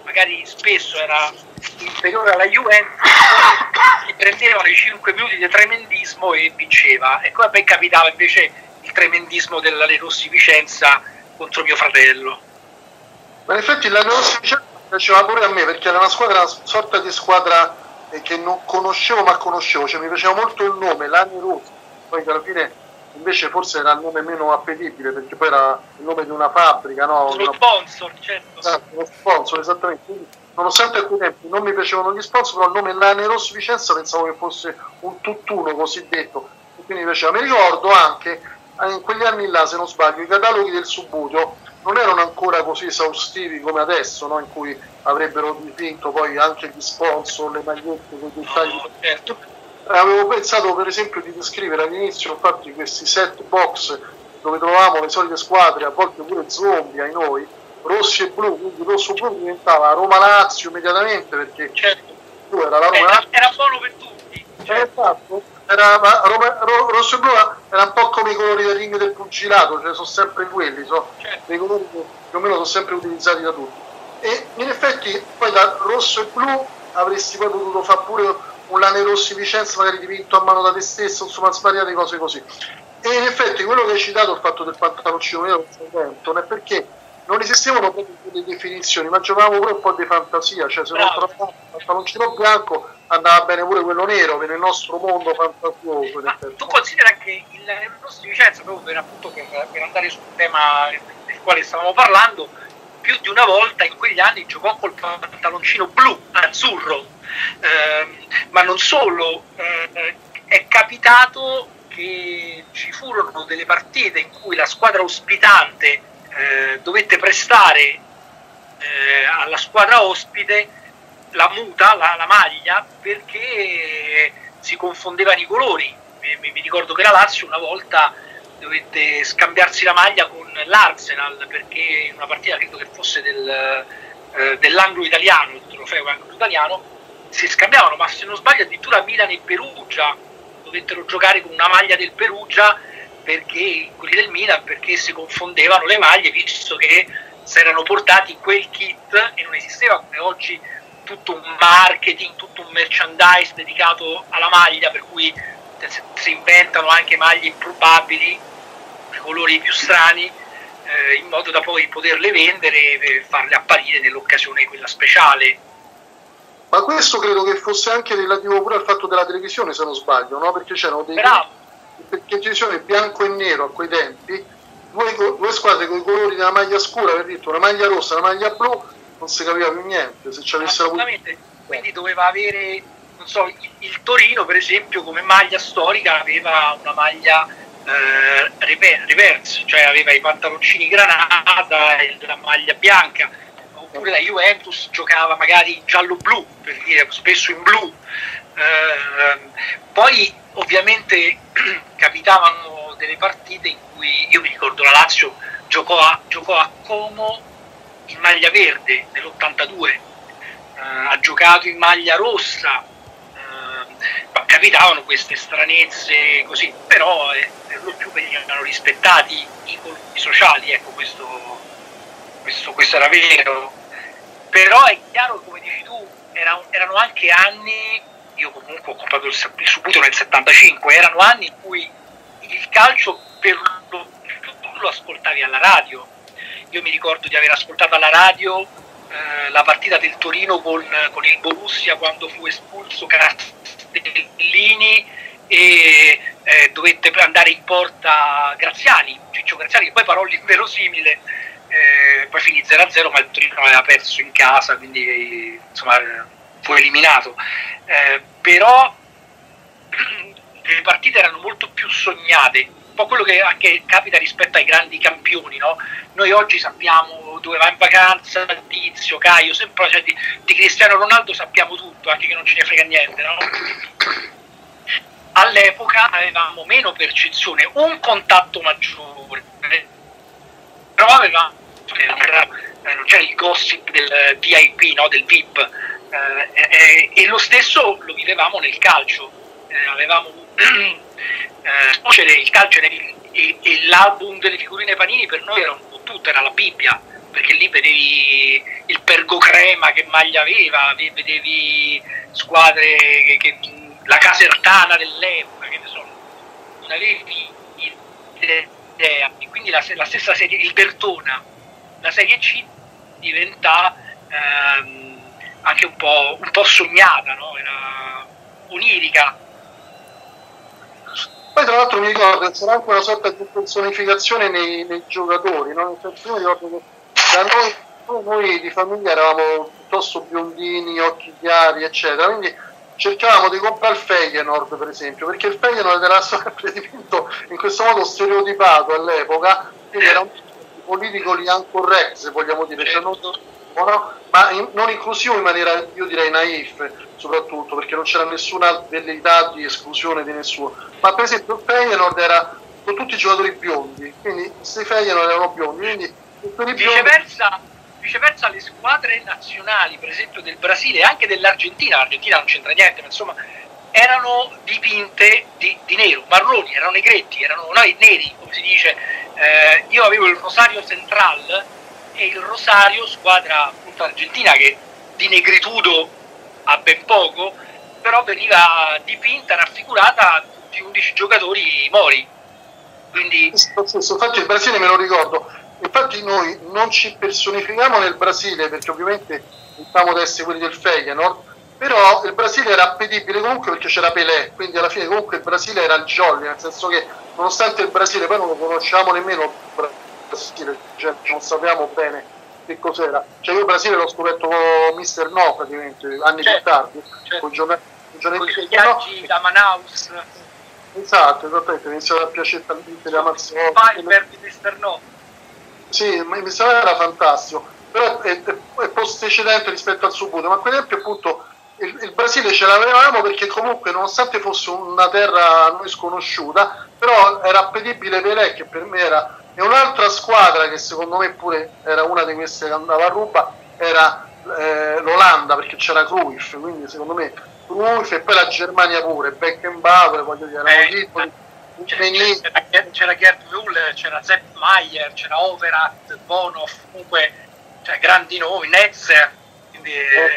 magari spesso era inferiore alla Juventus, gli prendevano i 5 minuti di tremendismo e vinceva. E come a me capitava invece il tremendismo dell'Ale Rossi Vicenza contro mio fratello. Ma in effetti l'Ale Rossi Vicenza piaceva pure a me, perché era una sorta di squadra che non conoscevo, ma conoscevo, cioè mi piaceva molto il nome, l'Ane Rossi, poi alla fine invece forse era il nome meno appetibile, perché poi era il nome di una fabbrica, no? Lo sponsor, certo. Lo sponsor, esattamente. Quindi, nonostante a quei tempi non mi piacevano gli sponsor, però il nome Lane Rossi Vicenza pensavo che fosse un tutt'uno cosiddetto, e quindi mi piaceva. Mi ricordo anche, in quegli anni là, se non sbaglio, i cataloghi del Subbuteo non erano ancora così esaustivi come adesso, no? In cui avrebbero dipinto poi anche gli sponsor, le magliette, quei dettagli. No, certo. Avevo pensato per esempio di descrivere all'inizio infatti questi set box dove trovavamo le solite squadre, a volte pure zombie ai noi, rossi e blu, quindi rosso-blu diventava Roma-Lazio immediatamente, perché certo. Era la Roma era buono per tutti. Esatto, rosso e blu era un po' come i colori del ring del pugilato, cioè sono sempre quelli, sono dei colori che più o meno sono sempre utilizzati da tutti. E in effetti poi da rosso e blu avresti poi potuto fare pure un Lane Rossi Vicenza magari dipinto a mano da te stesso, insomma svariate cose così. E in effetti quello che hai citato, il fatto del pantaloncino nero non è perché non esistevano proprio delle definizioni, ma giocavamo pure un po' di fantasia, cioè se non trovavamo il pantaloncino bianco andava bene pure quello nero, che nel nostro mondo fantasioso. Ma tu considera che il Lane Rossi Vicenza, proprio per andare sul tema del quale stavamo parlando, più di una volta in quegli anni giocò col pantaloncino blu, azzurro. Ma non solo, è capitato che ci furono delle partite in cui la squadra ospitante dovette prestare alla squadra ospite la muta, la maglia, perché si confondevano i colori. Mi ricordo che la Lazio una volta dovette scambiarsi la maglia con l'Arsenal, perché in una partita credo che fosse dell'anglo italiano, il trofeo anglo italiano, si scambiavano, ma se non sbaglio addirittura Milan e Perugia dovettero giocare con una maglia del Perugia, perché quelli del Milan, perché si confondevano le maglie, visto che si erano portati quel kit e non esisteva come oggi tutto un marketing, tutto un merchandise dedicato alla maglia, per cui si inventano anche maglie improbabili, colori più strani, in modo da poi poterle vendere e farle apparire nell'occasione quella speciale. Ma questo credo che fosse anche relativo pure al fatto della televisione, se non sbaglio, no? Perché c'erano perché televisione bianco e nero a quei tempi, due squadre con i colori della maglia scura, per dire una maglia rossa e una maglia blu, non si capiva più niente. Se ci avessero quindi doveva avere, non so, il Torino per esempio come maglia storica aveva una maglia reverse, cioè aveva i pantaloncini granata e la maglia bianca. Oppure la Juventus giocava magari giallo-blu, per dire, spesso in blu. Poi ovviamente capitavano delle partite in cui, io mi ricordo la Lazio giocò a Como in maglia verde nell'82, ha giocato in maglia rossa, capitavano queste stranezze così, però per lo più venivano rispettati i colori sociali, ecco, questo era vero. Però è chiaro, come dici tu, erano anche anni, io comunque ho comprato il Subbuteo nel 75, erano anni in cui il calcio per lo ascoltavi alla radio. Io mi ricordo di aver ascoltato alla radio la partita del Torino con il Borussia quando fu espulso Castellini e dovette andare in porta Ciccio Graziani, che poi parò l'inverosimile. Poi finì 0-0, ma il Torino aveva perso in casa, quindi insomma fu eliminato. Però le partite erano molto più sognate, un po' quello che anche capita rispetto ai grandi campioni, no? Noi oggi sappiamo dove va in vacanza Tizio, Caio, sempre, cioè, di Cristiano Ronaldo sappiamo tutto, anche che non ce ne frega niente, no? All'epoca avevamo meno percezione, un contatto maggiore, però non c'era il gossip del VIP, no? Del VIP, e lo stesso lo vivevamo nel calcio. Avevamo il calcio e l'album delle figurine Panini per noi era un po' tutto, era la Bibbia, perché lì vedevi il Pergocrema che maglia aveva, vedevi squadre la Casertana dell'epoca, che ne so, non avevi idea. E quindi la stessa serie, il Bertona, la Serie C diventa anche un po' sognata, no? Era onirica. Poi tra l'altro mi ricordo che c'era anche una sorta di personificazione nei giocatori, no? Nel senso, io mi ricordo che da noi di famiglia eravamo piuttosto biondini, occhi chiari, eccetera, quindi cercavamo di comprare il Feyenoord, per esempio, perché il Feyenoord era sempre dipinto in questo modo stereotipato all'epoca, quindi era un politico incorretto, se vogliamo dire, cioè ma non inclusivo in maniera, io direi, naif, soprattutto perché non c'era nessuna velleità di esclusione di nessuno. Ma per esempio il Feyenoord era con tutti i giocatori biondi, quindi questi Feyenoord erano biondi, quindi viceversa le squadre nazionali, per esempio del Brasile e anche dell'Argentina, l'Argentina non c'entra niente, ma insomma erano dipinte di nero, marroni, erano negretti, erano neri, come si dice. Io avevo il Rosario Central e il Rosario, squadra appunto argentina che di negritudo ha ben poco, però veniva dipinta, raffigurata di 11 giocatori mori. Quindi infatti il Brasile me lo ricordo. Infatti noi non ci personifichiamo nel Brasile perché ovviamente diciamo di essere quelli del Feyenoord, però il Brasile era appetibile comunque perché c'era Pelé, quindi alla fine comunque il Brasile era il jolly, nel senso che nonostante il Brasile poi non lo conosciamo nemmeno il Brasile, cioè non sappiamo bene che cos'era, cioè io il Brasile l'ho scoperto con Mister No praticamente anni più tardi, con i viaggi da Manaus, esatto, esattamente, mi iniziava a piacere tantissimo la Mazzotti, Piper di Mister No. Sì, mi sembrava fantastico, però è postecedente rispetto al Subuto, ma a quell'esempio appunto il Brasile ce l'avevamo perché comunque nonostante fosse una terra a noi sconosciuta, però era appetibile Pelé, che per me era, e un'altra squadra che secondo me pure era una di queste che andava a ruba era l'Olanda, perché c'era Cruyff, quindi secondo me Cruyff, e poi la Germania pure, Beckenbauer, voglio dire, erano titoli. C'era Gerd Müller, c'era Sepp Maier, c'era Overath, Bonhoff, comunque cioè, grandi nomi, Netzer, quindi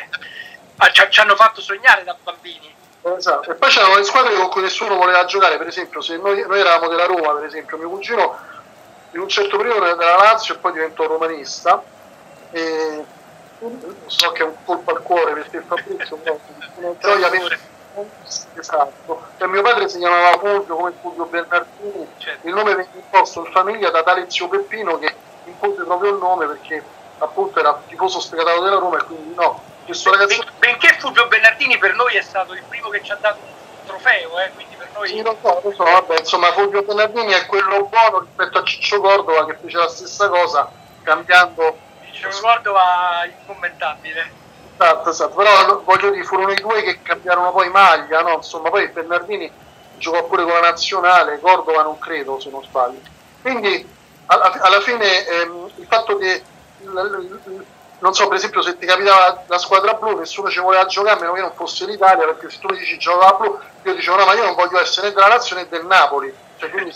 ci hanno fatto sognare da bambini. Esatto. E poi c'erano le squadre con cui nessuno voleva giocare, per esempio se noi eravamo della Roma, per esempio mio cugino in un certo periodo era della Lazio e poi diventò romanista, e so che è un colpo al cuore perché Fabrizio una gioia per... Esatto, e mio padre si chiamava Fulvio come Fulvio Bernardini, certo. Il nome venne imposto in famiglia da tale zio Peppino che impose proprio il nome perché appunto era tifoso sfegatato della Roma, e quindi no, questo ragazzo... benché Fulvio Bernardini per noi è stato il primo che ci ha dato un trofeo, quindi per noi... Sì, lo so, vabbè, insomma Fulvio Bernardini è quello buono rispetto a Ciccio Cordova che fece la stessa cosa cambiando... Ciccio Cordova incommentabile. Esatto, però voglio dire, furono i due che cambiarono poi maglia, no? Insomma, poi Bernardini giocò pure con la nazionale, Cordova non credo, se non sbaglio. Quindi alla fine il fatto che non so, per esempio, se ti capitava la squadra blu, nessuno ci voleva giocare a meno che non fosse l'Italia, perché se tu mi dici gioca la blu, io dicevo no, ma io non voglio essere né della Lazio né del Napoli, cioè, quindi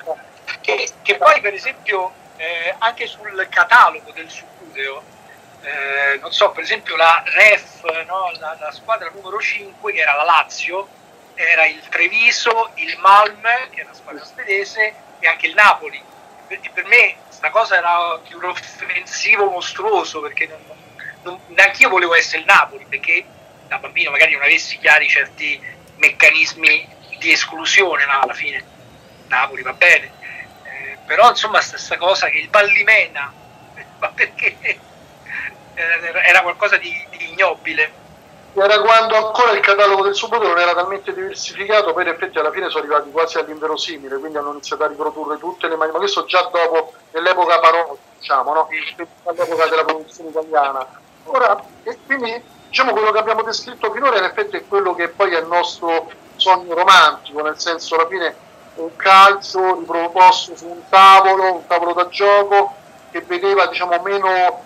che poi per esempio anche sul catalogo del Subbuteo, non so, per esempio la Ref, no? la squadra numero 5 che era la Lazio, era il Treviso, il Malmö che era una squadra svedese e anche il Napoli. Per me questa cosa era di un offensivo mostruoso, perché neanche io volevo essere il Napoli, perché da bambino magari non avessi chiari certi meccanismi di esclusione, ma alla fine Napoli va bene, però insomma stessa cosa che il Ballimena, ma perché era qualcosa di ignobile. Era quando ancora il catalogo del Subbuteo non era talmente diversificato, poi in effetti alla fine sono arrivati quasi all'inverosimile, quindi hanno iniziato a riprodurre tutte le maglie, ma questo già dopo, nell'epoca Parodi, diciamo, no? All'epoca della produzione italiana. Ora, e quindi diciamo quello che abbiamo descritto finora in effetti è quello che poi è il nostro sogno romantico, nel senso alla fine un calcio riproposto su un tavolo da gioco che vedeva diciamo meno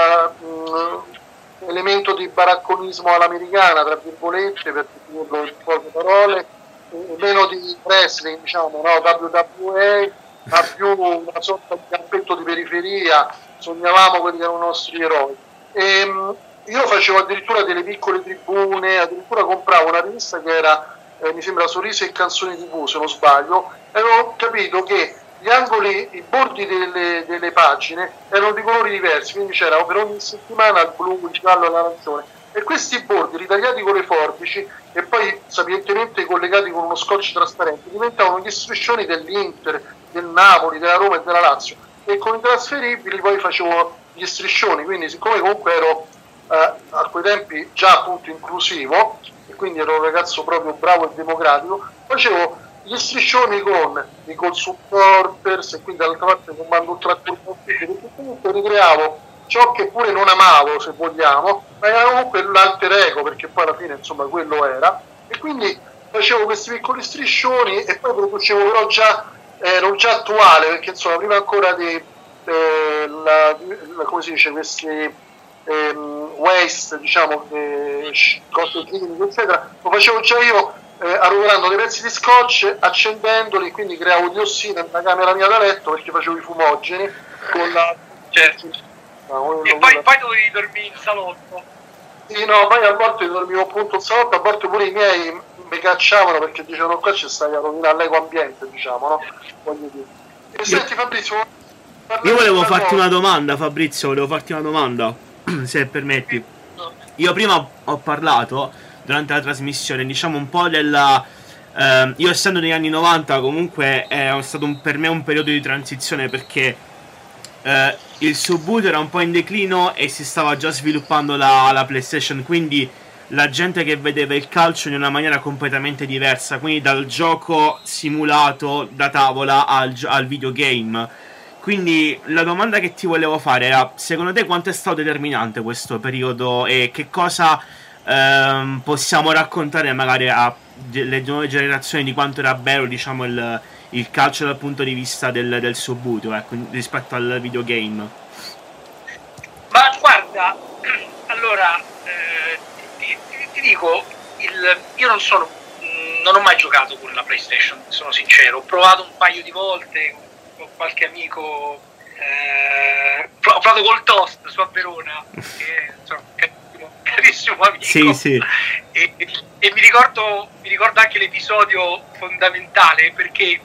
elemento di baracconismo all'americana, tra virgolette, per dirlo in poche parole, meno di wrestling, diciamo, no? WWE, ma più una sorta di campetto di periferia, sognavamo quelli che erano i nostri eroi. Io facevo addirittura delle piccole tribune, addirittura compravo una rivista che era, mi sembra, Sorrisi e Canzoni TV, se non sbaglio, e ho capito che gli angoli, i bordi delle pagine erano di colori diversi, quindi c'era per ogni settimana il blu, il giallo e l'arancione, e questi bordi ritagliati con le forbici e poi sapientemente collegati con uno scotch trasparente diventavano gli striscioni dell'Inter, del Napoli, della Roma e della Lazio, e con i trasferibili poi facevo gli striscioni, quindi siccome comunque ero a quei tempi già appunto inclusivo e quindi ero un ragazzo proprio bravo e democratico, facevo gli striscioni con i call supporters e quindi dall'altra parte comando ultra perché comunque ricreavo ciò che pure non amavo, se vogliamo, ma era comunque l'alter ego, perché poi alla fine insomma quello era, e quindi facevo questi piccoli striscioni e poi producevo, però ero già attuale, perché insomma prima ancora di come si dice, questi waste, diciamo, cose chimiche eccetera, lo facevo già io, arrotolando dei pezzi di scotch, accendendoli, quindi creavo diossina nella camera mia da letto, perché facevo i fumogeni con la... Certo. E poi dovevi dormire in salotto. Sì, no, poi a volte dormivo appunto in salotto, a volte pure i miei mi cacciavano perché dicevano qua ci stai a rovinare l'eco ambiente, diciamo, no? Voglio dire. E senti Fabrizio, io volevo farti una domanda, Fabrizio, se permetti. Io prima ho parlato durante la trasmissione, diciamo, un po' della... io essendo negli anni 90 comunque è stato per me un periodo di transizione, perché il subbuto era un po' in declino e si stava già sviluppando la PlayStation, quindi la gente che vedeva il calcio in una maniera completamente diversa, quindi dal gioco simulato da tavola al videogame. Quindi la domanda che ti volevo fare era, secondo te quanto è stato determinante questo periodo e che cosa possiamo raccontare magari alle nuove generazioni di quanto era bello, diciamo, il calcio dal punto di vista del subbuto, ecco, rispetto al videogame? Ma guarda, allora ti dico, io non ho mai giocato con la PlayStation, sono sincero, ho provato un paio di volte con qualche amico, ho provato col Toast su a Verona, che insomma, carissimo amico. Sì, sì. E mi ricordo anche l'episodio fondamentale, perché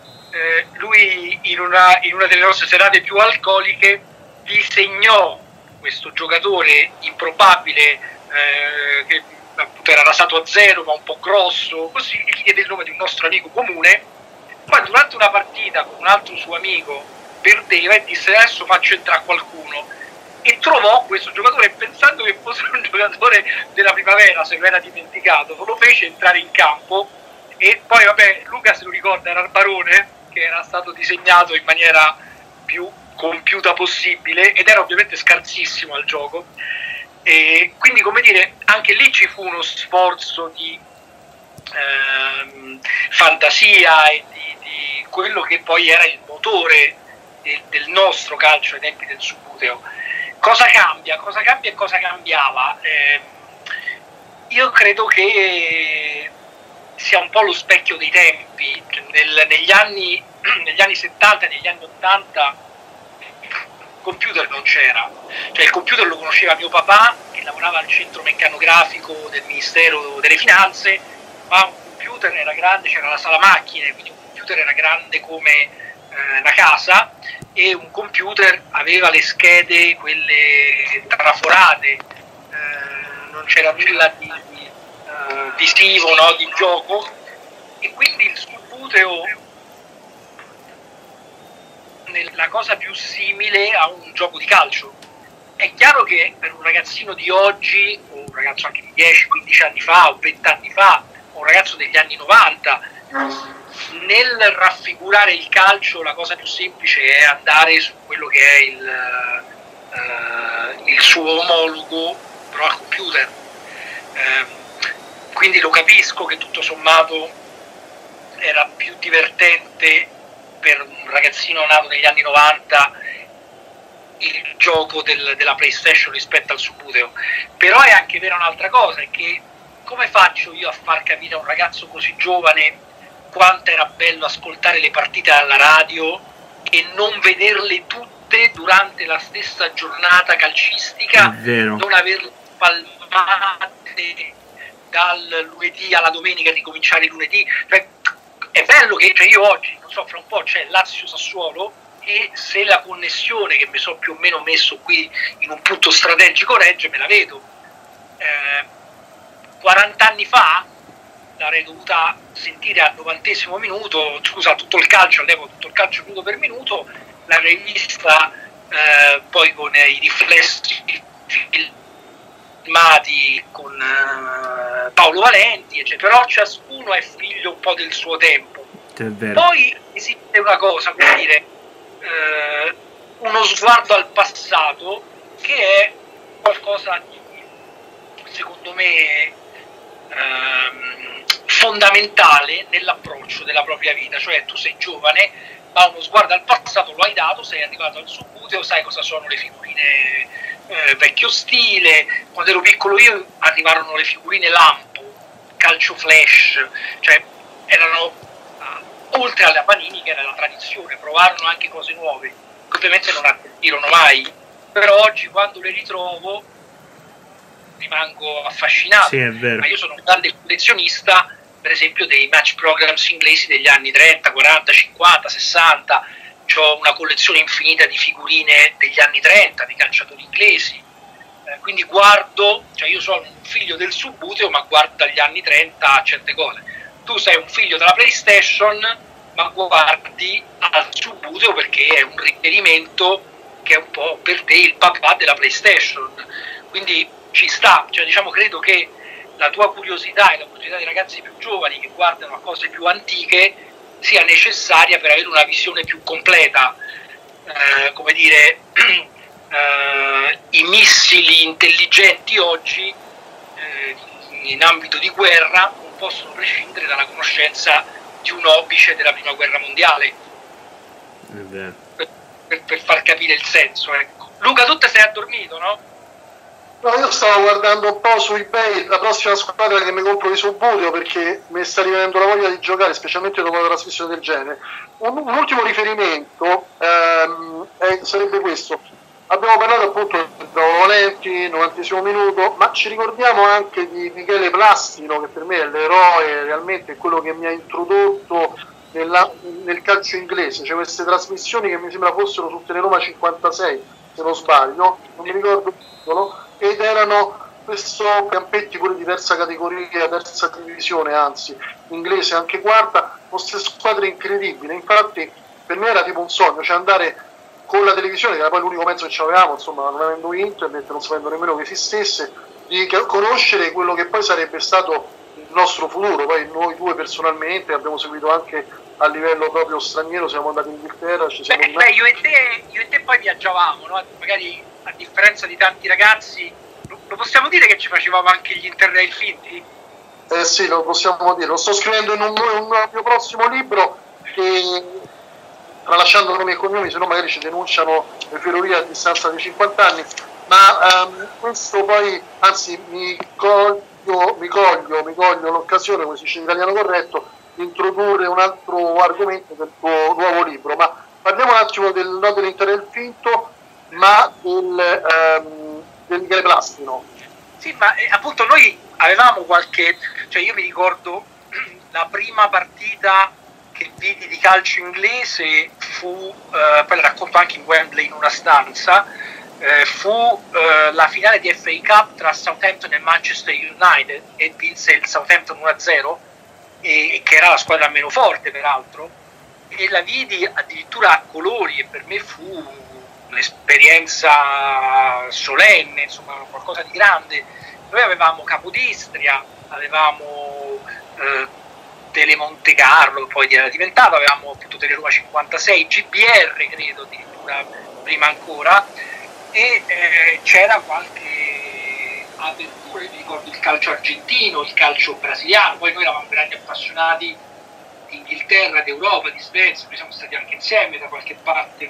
lui in una delle nostre serate più alcoliche disegnò questo giocatore improbabile, che appunto era rasato a zero ma un po' grosso, così gli diede il nome di un nostro amico comune. Poi durante una partita con un altro suo amico perdeva e disse adesso faccio entrare qualcuno, e trovò questo giocatore, pensando che fosse un giocatore della Primavera, se lo era dimenticato, lo fece entrare in campo. E poi vabbè, Luca se lo ricorda, era il Barone, che era stato disegnato in maniera più compiuta possibile ed era ovviamente scarsissimo al gioco, e quindi, come dire, anche lì ci fu uno sforzo di fantasia e di quello che poi era il motore del nostro calcio ai tempi del subbuteo. Cosa cambia e cosa cambiava? Io credo che sia un po' lo specchio dei tempi. Negli anni 70, negli anni 80 il computer non c'era, cioè il computer lo conosceva mio papà, che lavorava al centro meccanografico del Ministero delle Finanze, ma un computer era grande, c'era la sala macchine, quindi un computer era grande come una casa, e un computer aveva le schede, quelle traforate, non c'era nulla di visivo, no, di gioco, e quindi il subbuteo la cosa più simile a un gioco di calcio. È chiaro che per un ragazzino di oggi, o un ragazzo anche di 10-15 anni fa o 20 anni fa, o un ragazzo degli anni 90, nel raffigurare il calcio la cosa più semplice è andare su quello che è il suo omologo, però al computer. Quindi lo capisco che tutto sommato era più divertente per un ragazzino nato negli anni 90 il gioco della PlayStation rispetto al subbuteo. Però è anche vera un'altra cosa, è che come faccio io a far capire a un ragazzo così giovane quanto era bello ascoltare le partite alla radio e non vederle tutte tutte durante la stessa giornata calcistica, non averle palmate dal lunedì alla domenica e ricominciare il lunedì. Cioè, è bello che io oggi, non so, fra un po' c'è Lazio-Sassuolo, e se la connessione che mi sono più o meno messo qui in un punto strategico regge, me la vedo. 40 anni fa l'avrei dovuta sentire al 90° minuto, scusa, tutto il calcio all'epoca, tutto il calcio minuto per minuto, l'avrei vista poi con i riflessi filmati con Paolo Valenti, eccetera. Però ciascuno è figlio un po' del suo tempo. Poi esiste una cosa, come dire, uno sguardo al passato, che è qualcosa di, secondo me, fondamentale nell'approccio della propria vita. Cioè, tu sei giovane, ma uno sguardo al passato lo hai dato, sei arrivato al Subbuteo, sai cosa sono le figurine vecchio stile. Quando ero piccolo io arrivarono le figurine lampo, calcio flash, cioè erano oltre alla Panini, che era la tradizione, provarono anche cose nuove, ovviamente non attendirono mai, però oggi quando le ritrovo rimango affascinato. Sì, è vero. Ma io sono un grande collezionista, per esempio, dei match programs inglesi degli anni 30, 40, 50, 60. Ho una collezione infinita di figurine degli anni 30 di calciatori inglesi, quindi guardo, cioè io sono un figlio del Subbuteo, ma guardo dagli anni 30 certe cose. Tu sei un figlio della PlayStation, ma guardi al Subbuteo perché è un riferimento che è un po' per te il papà della PlayStation, quindi ci sta. Cioè, diciamo, credo che la tua curiosità e la curiosità dei ragazzi più giovani che guardano a cose più antiche sia necessaria per avere una visione più completa. Come dire, i missili intelligenti oggi in ambito di guerra non possono prescindere dalla conoscenza di un obice della prima guerra mondiale, per far capire il senso, ecco. Luca, tu te sei addormito, no? No, io stavo guardando un po' su eBay la prossima squadra che mi compro di Subbuteo, perché mi sta rivenendo la voglia di giocare, specialmente dopo una trasmissione del genere. Un ultimo riferimento sarebbe questo. Abbiamo parlato appunto di Paolo Valenti, 90° minuto, ma ci ricordiamo anche di Michele Plastino, che per me è l'eroe, realmente è quello che mi ha introdotto nel calcio inglese. C'è queste trasmissioni che mi sembra fossero su Teleroma 56, se non sbaglio, non mi ricordo il titolo, ed erano spesso campetti pure di terza categoria, terza divisione, anzi inglese anche quarta, queste squadre incredibili. Infatti per me era tipo un sogno, cioè andare con la televisione, che era poi l'unico mezzo che avevamo, insomma, non avendo internet, non sapendo nemmeno che esistesse, di conoscere quello che poi sarebbe stato il nostro futuro. Poi noi due personalmente abbiamo seguito anche a livello proprio straniero, siamo andati in Inghilterra, ci siamo io e te poi viaggiavamo, no? Magari a differenza di tanti ragazzi, lo possiamo dire che ci facevamo anche gli Interrail finti? Sì, lo possiamo dire, lo sto scrivendo in un mio prossimo libro, che tralasciando nomi e cognomi, se no magari ci denunciano le ferrovie a distanza di 50 anni, ma questo poi, anzi mi coglio l'occasione, come si dice in italiano corretto, di introdurre un altro argomento del tuo nuovo libro. Ma parliamo un attimo non dell'Interrail finto, ma del Michele Plastino. Sì, ma appunto noi avevamo cioè io mi ricordo la prima partita che vidi di calcio inglese fu, poi la racconto anche in Wembley in una stanza, fu la finale di FA Cup tra Southampton e Manchester United, e vinse il Southampton 1-0, e che era la squadra meno forte peraltro, e la vidi addirittura a colori, e per me fu un'esperienza solenne, insomma qualcosa di grande. Noi avevamo Capodistria, avevamo Tele Monte Carlo, poi era diventato, avevamo appunto Teleroma 56, GBR credo addirittura prima ancora, e c'era qualche avventura, mi ricordo il calcio argentino, il calcio brasiliano. Poi noi eravamo grandi appassionati di Inghilterra, d'Europa, di Svezia, noi siamo stati anche insieme da qualche parte,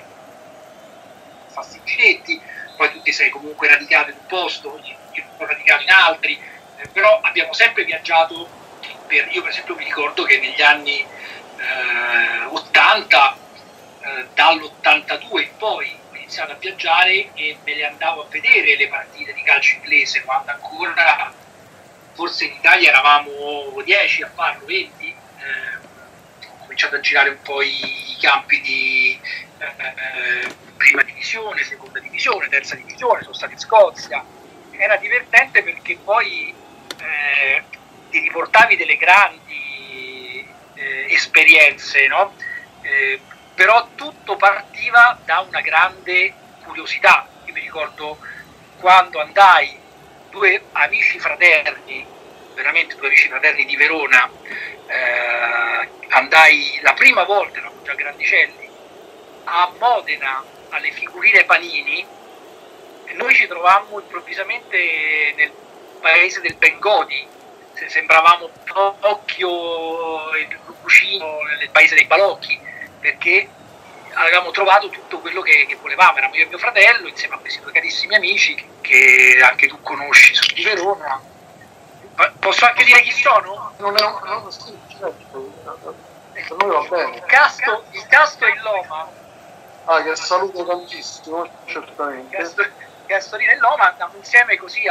Fasticcetti, poi tutti sei comunque radicato in un posto, io radicato in altri, però abbiamo sempre viaggiato. Io per esempio mi ricordo che negli anni 80, dall'82 in poi, quindi iniziato a viaggiare e me le andavo a vedere le partite di calcio inglese quando ancora, forse in Italia eravamo 10 a farlo, 20. Ho cominciato a girare un po' i campi di prima divisione, seconda divisione, terza divisione, sono stato in Scozia. Era divertente perché poi ti riportavi delle grandi esperienze, no? Però tutto partiva da una grande curiosità. Io mi ricordo quando andai, due amici fraterni, veramente due amici fraterni di Verona, andai la prima volta, eravamo già grandicelli, a Modena alle figurine Panini, e noi ci trovammo improvvisamente nel paese del Bengodi, sembravamo Pinocchio e Lucucino nel paese dei balocchi, perché avevamo trovato tutto quello che volevamo. Eravamo io e mio fratello insieme a questi due carissimi amici che anche tu conosci, sono di Verona. Posso anche dire chi sono? Sì, certo. Per noi va bene. Il Casto e il Loma. Che saluto tantissimo, certamente. Castorina e Loma andiamo insieme così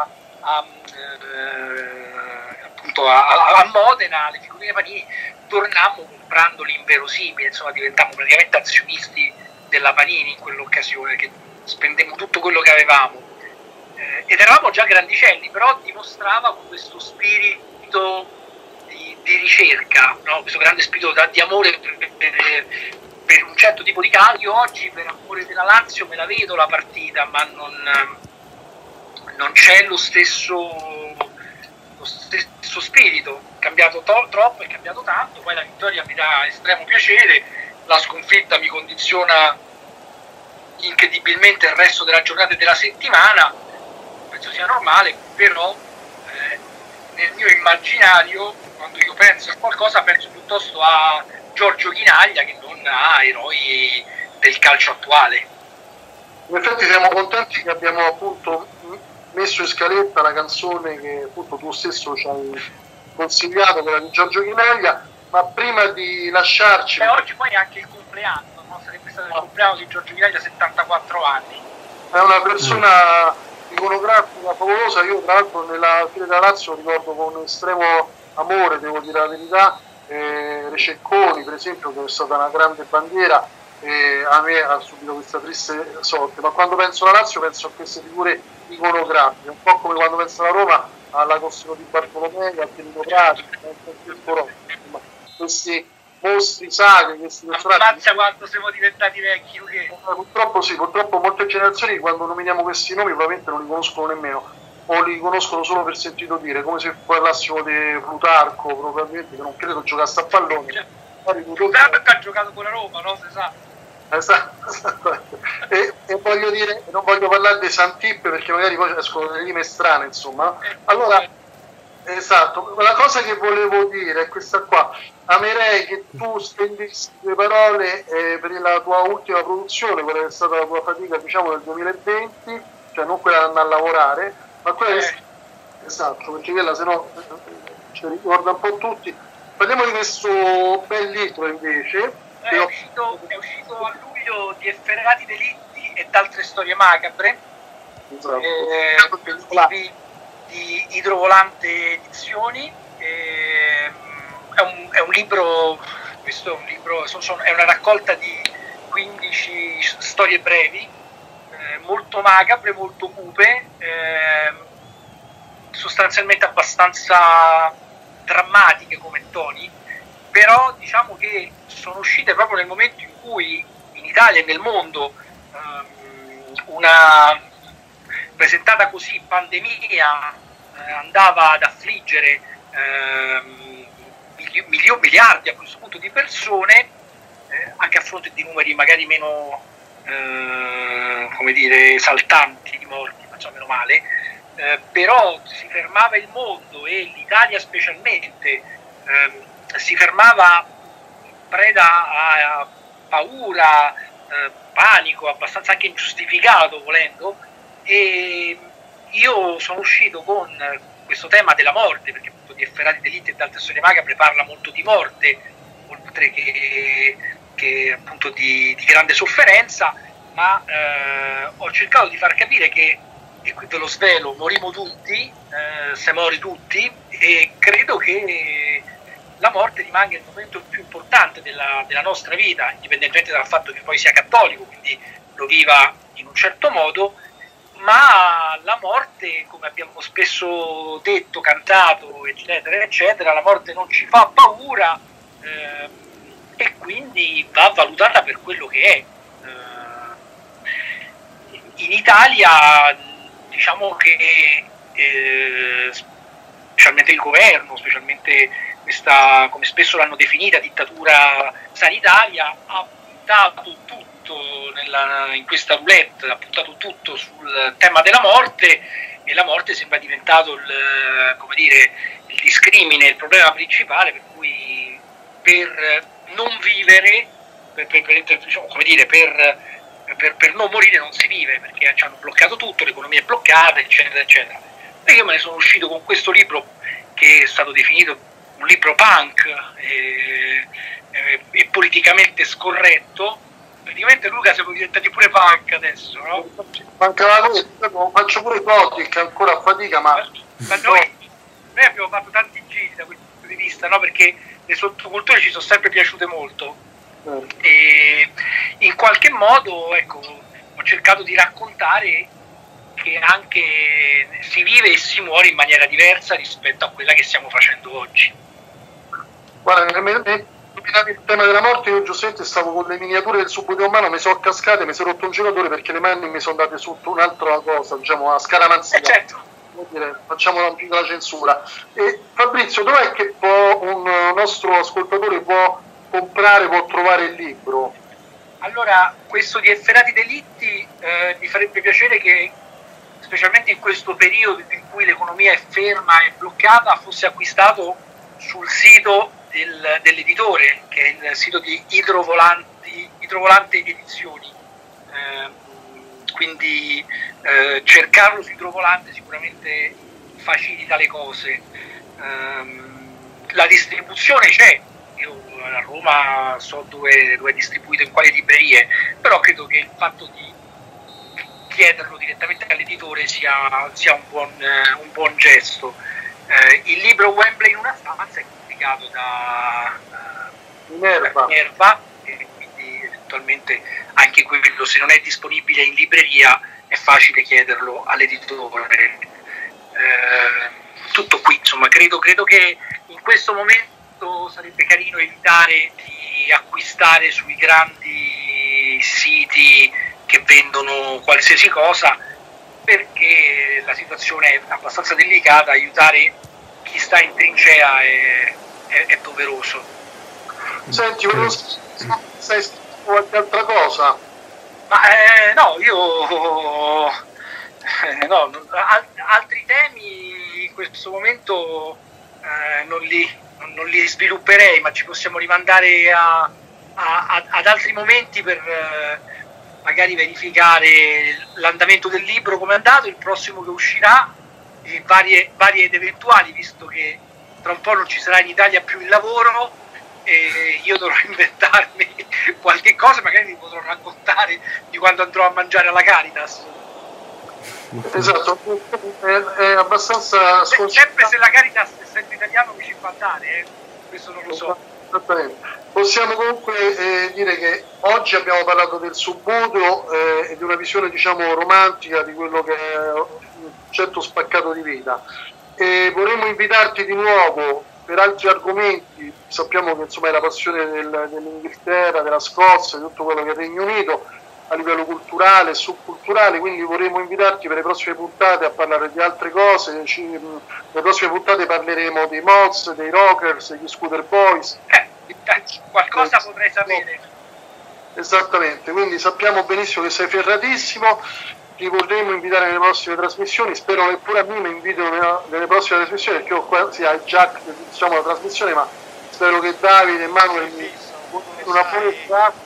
appunto a Modena alle figurine Panini. Tornammo comprando l'inverosimile, insomma diventammo praticamente azionisti della Panini in quell'occasione, che spendemmo tutto quello che avevamo, ed eravamo già grandicelli, però dimostrava questo spirito di ricerca, no? Questo grande spirito di amore per un certo tipo di calcio. Io oggi per amore della Lazio me la vedo la partita, ma non c'è lo stesso spirito. È cambiato troppo, è cambiato tanto. Poi la vittoria mi dà estremo piacere, la sconfitta mi condiziona incredibilmente il resto della giornata e della settimana. Penso sia normale, però nel mio immaginario, quando io penso a qualcosa, penso piuttosto a Giorgio Chinaglia che non a eroi del calcio attuale. In effetti siamo contenti che abbiamo appunto messo in scaletta la canzone che appunto tu stesso ci hai consigliato, quella di Giorgio Chinaglia, ma prima di lasciarci... oggi poi è anche il compleanno, no? Sarebbe stato il compleanno di Giorgio Chinaglia, 74 anni. È una persona iconografica favolosa. Io tra l'altro nella fine della Lazio ricordo con estremo amore, devo dire la verità, Rececconi per esempio, che è stata una grande bandiera, a me ha subito questa triste sorte, ma quando penso alla Lazio penso a queste figure iconografiche, un po' come quando penso alla Roma alla Costino di Bartolomei, al Tenino Prati, questi mostri sacri, questi personaggi. Ammazza quanto siamo diventati vecchi, purtroppo sì, purtroppo molte generazioni quando nominiamo questi nomi probabilmente non li conoscono nemmeno, o li conoscono solo per sentito dire, come se parlassimo di Plutarco, probabilmente, che non credo giocasse a pallone. Plutarco ha giocato con la Roma, no? Si sa. Esatto. E voglio dire, non voglio parlare di Santippe perché magari poi escono delle rime strane, insomma. Allora, esatto, la cosa che volevo dire è questa qua. Amerei che tu spendessi due parole per la tua ultima produzione, quella che è stata la tua fatica, diciamo, del 2020, cioè non quella di andare a lavorare, ma quella esatto, perché quella se no ci ricorda un po' tutti. Parliamo di questo bel libro invece. È uscito a luglio, di Efferati delitti e altre storie macabre, esatto. Di Idrovolante Edizioni. È un libro, questo è un libro, è una raccolta di 15 storie brevi, molto macabre, molto cupe, sostanzialmente abbastanza drammatiche come toni, però diciamo che sono uscite proprio nel momento in cui in Italia e nel mondo una presentata così pandemia andava ad affliggere miliardi a questo punto di persone, anche a fronte di numeri magari meno come dire esaltanti di morti, facciamo meno male, però si fermava il mondo e l'Italia specialmente si fermava preda a paura, panico abbastanza anche ingiustificato volendo, e io sono uscito con questo tema della morte, perché appunto di Efferati delitti e altre storie macabre parla molto di morte oltre che appunto di grande sofferenza, ma ho cercato di far capire che, e qui ve lo svelo, morimo tutti, se mori tutti, e credo che la morte rimanga il momento più importante della nostra vita, indipendentemente dal fatto che poi sia cattolico, quindi lo viva in un certo modo, ma la morte, come abbiamo spesso detto, cantato, eccetera, eccetera, la morte non ci fa paura, e quindi va valutata per quello che è. In Italia, diciamo che specialmente il governo, specialmente questa, come spesso l'hanno definita, dittatura sanitaria, ha puntato tutto in questa roulette, ha puntato tutto sul tema della morte, e la morte sembra diventato il discrimine, il problema principale, per cui per non vivere, per non morire non si vive, perché ci hanno bloccato tutto, l'economia è bloccata, eccetera, eccetera. E io me ne sono uscito con questo libro, che è stato definito un libro punk e politicamente scorretto. Praticamente, Luca, siamo diventati pure punk adesso, no? Mancava noi, faccio pure gothic ancora a fatica, ma noi abbiamo fatto tanti giri da questo punto di vista, no? Perché le sottoculture ci sono sempre piaciute molto, e in qualche modo, ecco, ho cercato di raccontare che anche si vive e si muore in maniera diversa rispetto a quella che stiamo facendo oggi. Guarda, il tema della morte, io giustamente stavo con le miniature del Subbuglio Umano, mi sono cascate, mi sono rotto un gelatore perché le mani mi sono date sotto un'altra cosa, diciamo, a scaramanzia. Certo. Facciamo la censura. E Fabrizio, dov'è che un nostro ascoltatore può comprare, può trovare il libro? Allora, questo di Efferati Delitti mi farebbe piacere che, specialmente in questo periodo in cui l'economia è ferma e bloccata, fosse acquistato sul sito dell'editore, che è il sito di Idrovolante Edizioni. Quindi cercarlo su Idrovolante sicuramente facilita le cose. La distribuzione c'è, io a Roma so dove è distribuito, in quali librerie, però credo che il fatto di chiederlo direttamente all'editore sia un buon gesto. Il libro Wembley in una stanza è pubblicato da Minerva, e quindi eventualmente anche quello, se non è disponibile in libreria, è facile chiederlo all'editore. Tutto qui, insomma, credo che in questo momento sarebbe carino evitare di acquistare sui grandi siti che vendono qualsiasi cosa, perché la situazione è abbastanza delicata. Aiutare chi sta in trincea è doveroso. Senti, sai qualche altra cosa? Ma no, io altri temi in questo momento non li svilupperei, ma ci possiamo rimandare ad altri momenti per magari verificare l'andamento del libro, come è andato, il prossimo che uscirà, e varie ed eventuali, visto che tra un po' non ci sarà in Italia più il lavoro e io dovrò inventarmi qualche cosa, magari vi potrò raccontare di quando andrò a mangiare alla Caritas. Esatto, è abbastanza sempre se la Caritas, essendo italiano, mi ci fa andare, questo non lo so. Esattamente. Possiamo comunque dire che oggi abbiamo parlato del Subbuteo e di una visione, diciamo, romantica di quello che è un certo spaccato di vita, e vorremmo invitarti di nuovo per altri argomenti. Sappiamo che insomma è la passione dell'Inghilterra, della Scozia, di tutto quello che è il Regno Unito a livello culturale e subculturale, quindi vorremmo invitarti per le prossime puntate a parlare di altre cose. Nelle prossime puntate parleremo dei Mods, dei Rockers, degli Scooter Boys. Qualcosa potrei sapere. Esattamente, quindi sappiamo benissimo che sei ferratissimo, ti vorremmo invitare nelle prossime trasmissioni, spero che pure a me mi invitino nelle prossime trasmissioni, perché io qua Jack, diciamo, la trasmissione, ma spero che Davide e Manuel mi una buona.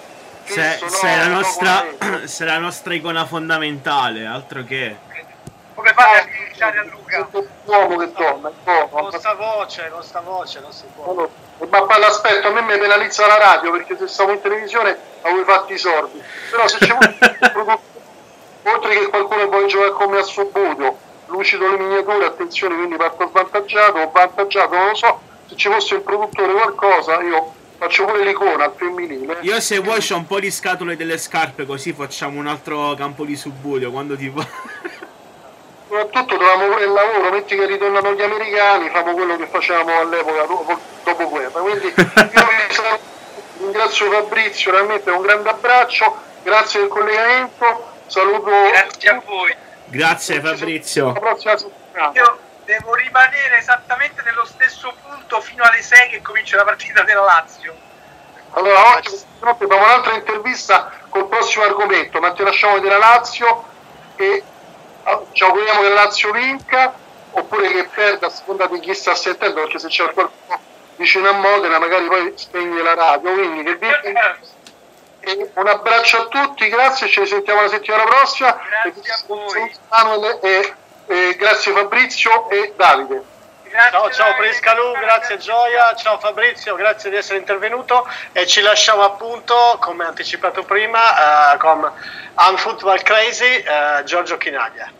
Sei la nostra icona fondamentale, altro che. Come fate a cominciare a Luca? Uomo che donna, con sta voce non si può. Allora, ma aspetta, a me mi penalizza la radio, perché se stavo in televisione avevo fatti i sordi. Però se c'è un prodotto, oltre che qualcuno vuole giocare come a Subuto, lucido le miniature, attenzione, quindi parto svantaggiato o avvantaggiato, non lo so, se ci fosse il produttore qualcosa, io faccio pure l'icona al femminile. Io se vuoi c'ho un po' di scatole delle scarpe, così facciamo un altro campo di Subuto quando ti va. Soprattutto troviamo pure il lavoro, metti che ritornano gli americani, famo quello che facevamo all'epoca dopo guerra. Quindi io vi saluto, ringrazio Fabrizio, veramente un grande abbraccio, grazie del collegamento, saluto. Grazie a voi. Grazie Fabrizio. La prossima settimana. Io devo rimanere esattamente nello stesso punto fino alle 6 che comincia la partita della Lazio. Allora oggi abbiamo un'altra intervista col prossimo argomento, ma ti lasciamo vedere la Lazio e ci auguriamo che la Lazio vinca oppure che perda, a seconda di chi sta sentendo, perché se c'è qualcuno vicino a Modena magari poi spegne la radio. Quindi che e un abbraccio a tutti, grazie, ci risentiamo la settimana prossima. Grazie a voi. Manuel e grazie Fabrizio e Davide. Grazie, Ciao Priscalu, grazie Gioia, ciao Fabrizio, grazie di essere intervenuto e ci lasciamo appunto, come anticipato prima, con Un Football Crazy, Giorgio Chinaglia.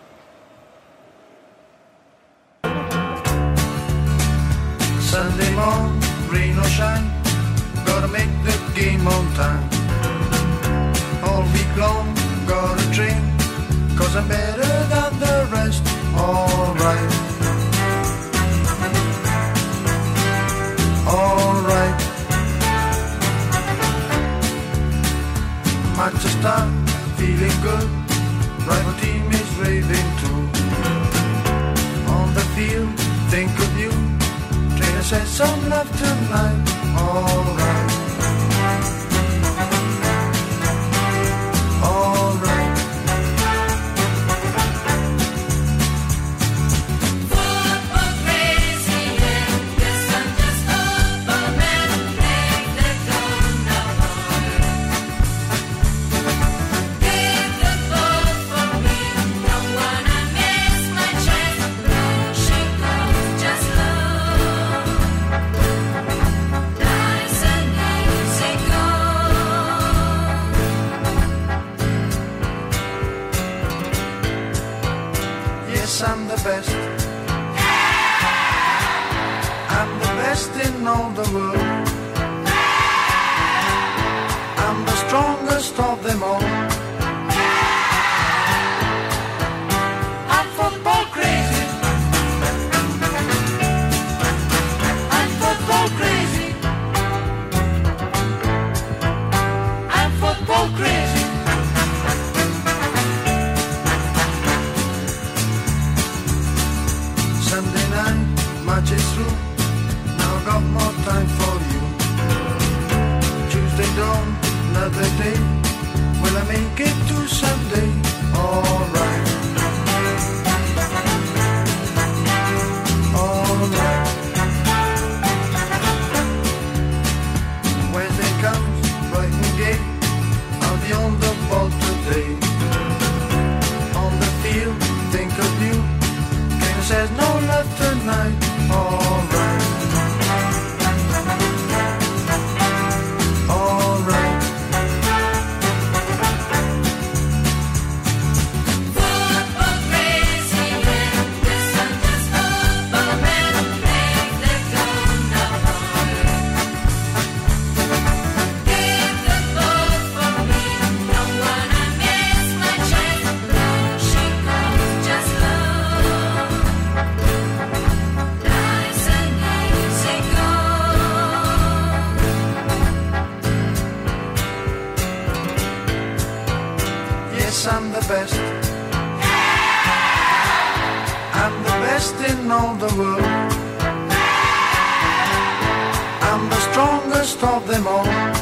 Sunday morning, rain or shine, gotta make the game on time. All week long, gotta train, 'cause I'm better than the rest, alright. Alright. Match to start, feeling good, rival team is raving too. On the field, think of you, trainer says some love tonight, alright. Alright. Football crazy, yeah. Yes, I'm just football man. Make the goal now. Give the ball for me. Don't wanna miss my chance. She goes just low. Nice and easy goal. Yes, I'm the best. I'm the best in all the world. I'm the strongest of them all. I'm football crazy. I'm football crazy. I'm football crazy. Sunday night, match is through. Now I got more time for you. Tuesday dawn, another day. Will I make it to Sunday? Alright. Alright. Wednesday comes, bright and gay. I'll be on the ball today. On the field, think of you. Trainer says no love tonight. Alright. Alright. Football crazy, yeah. Yes, I'm just football man. Make the goal now. Give the ball for me. Don't wanna miss my chance. She goes just low. Nice and easy goal. Yes, I'm the best. I'm the best in all the world. I'm the strongest of them all.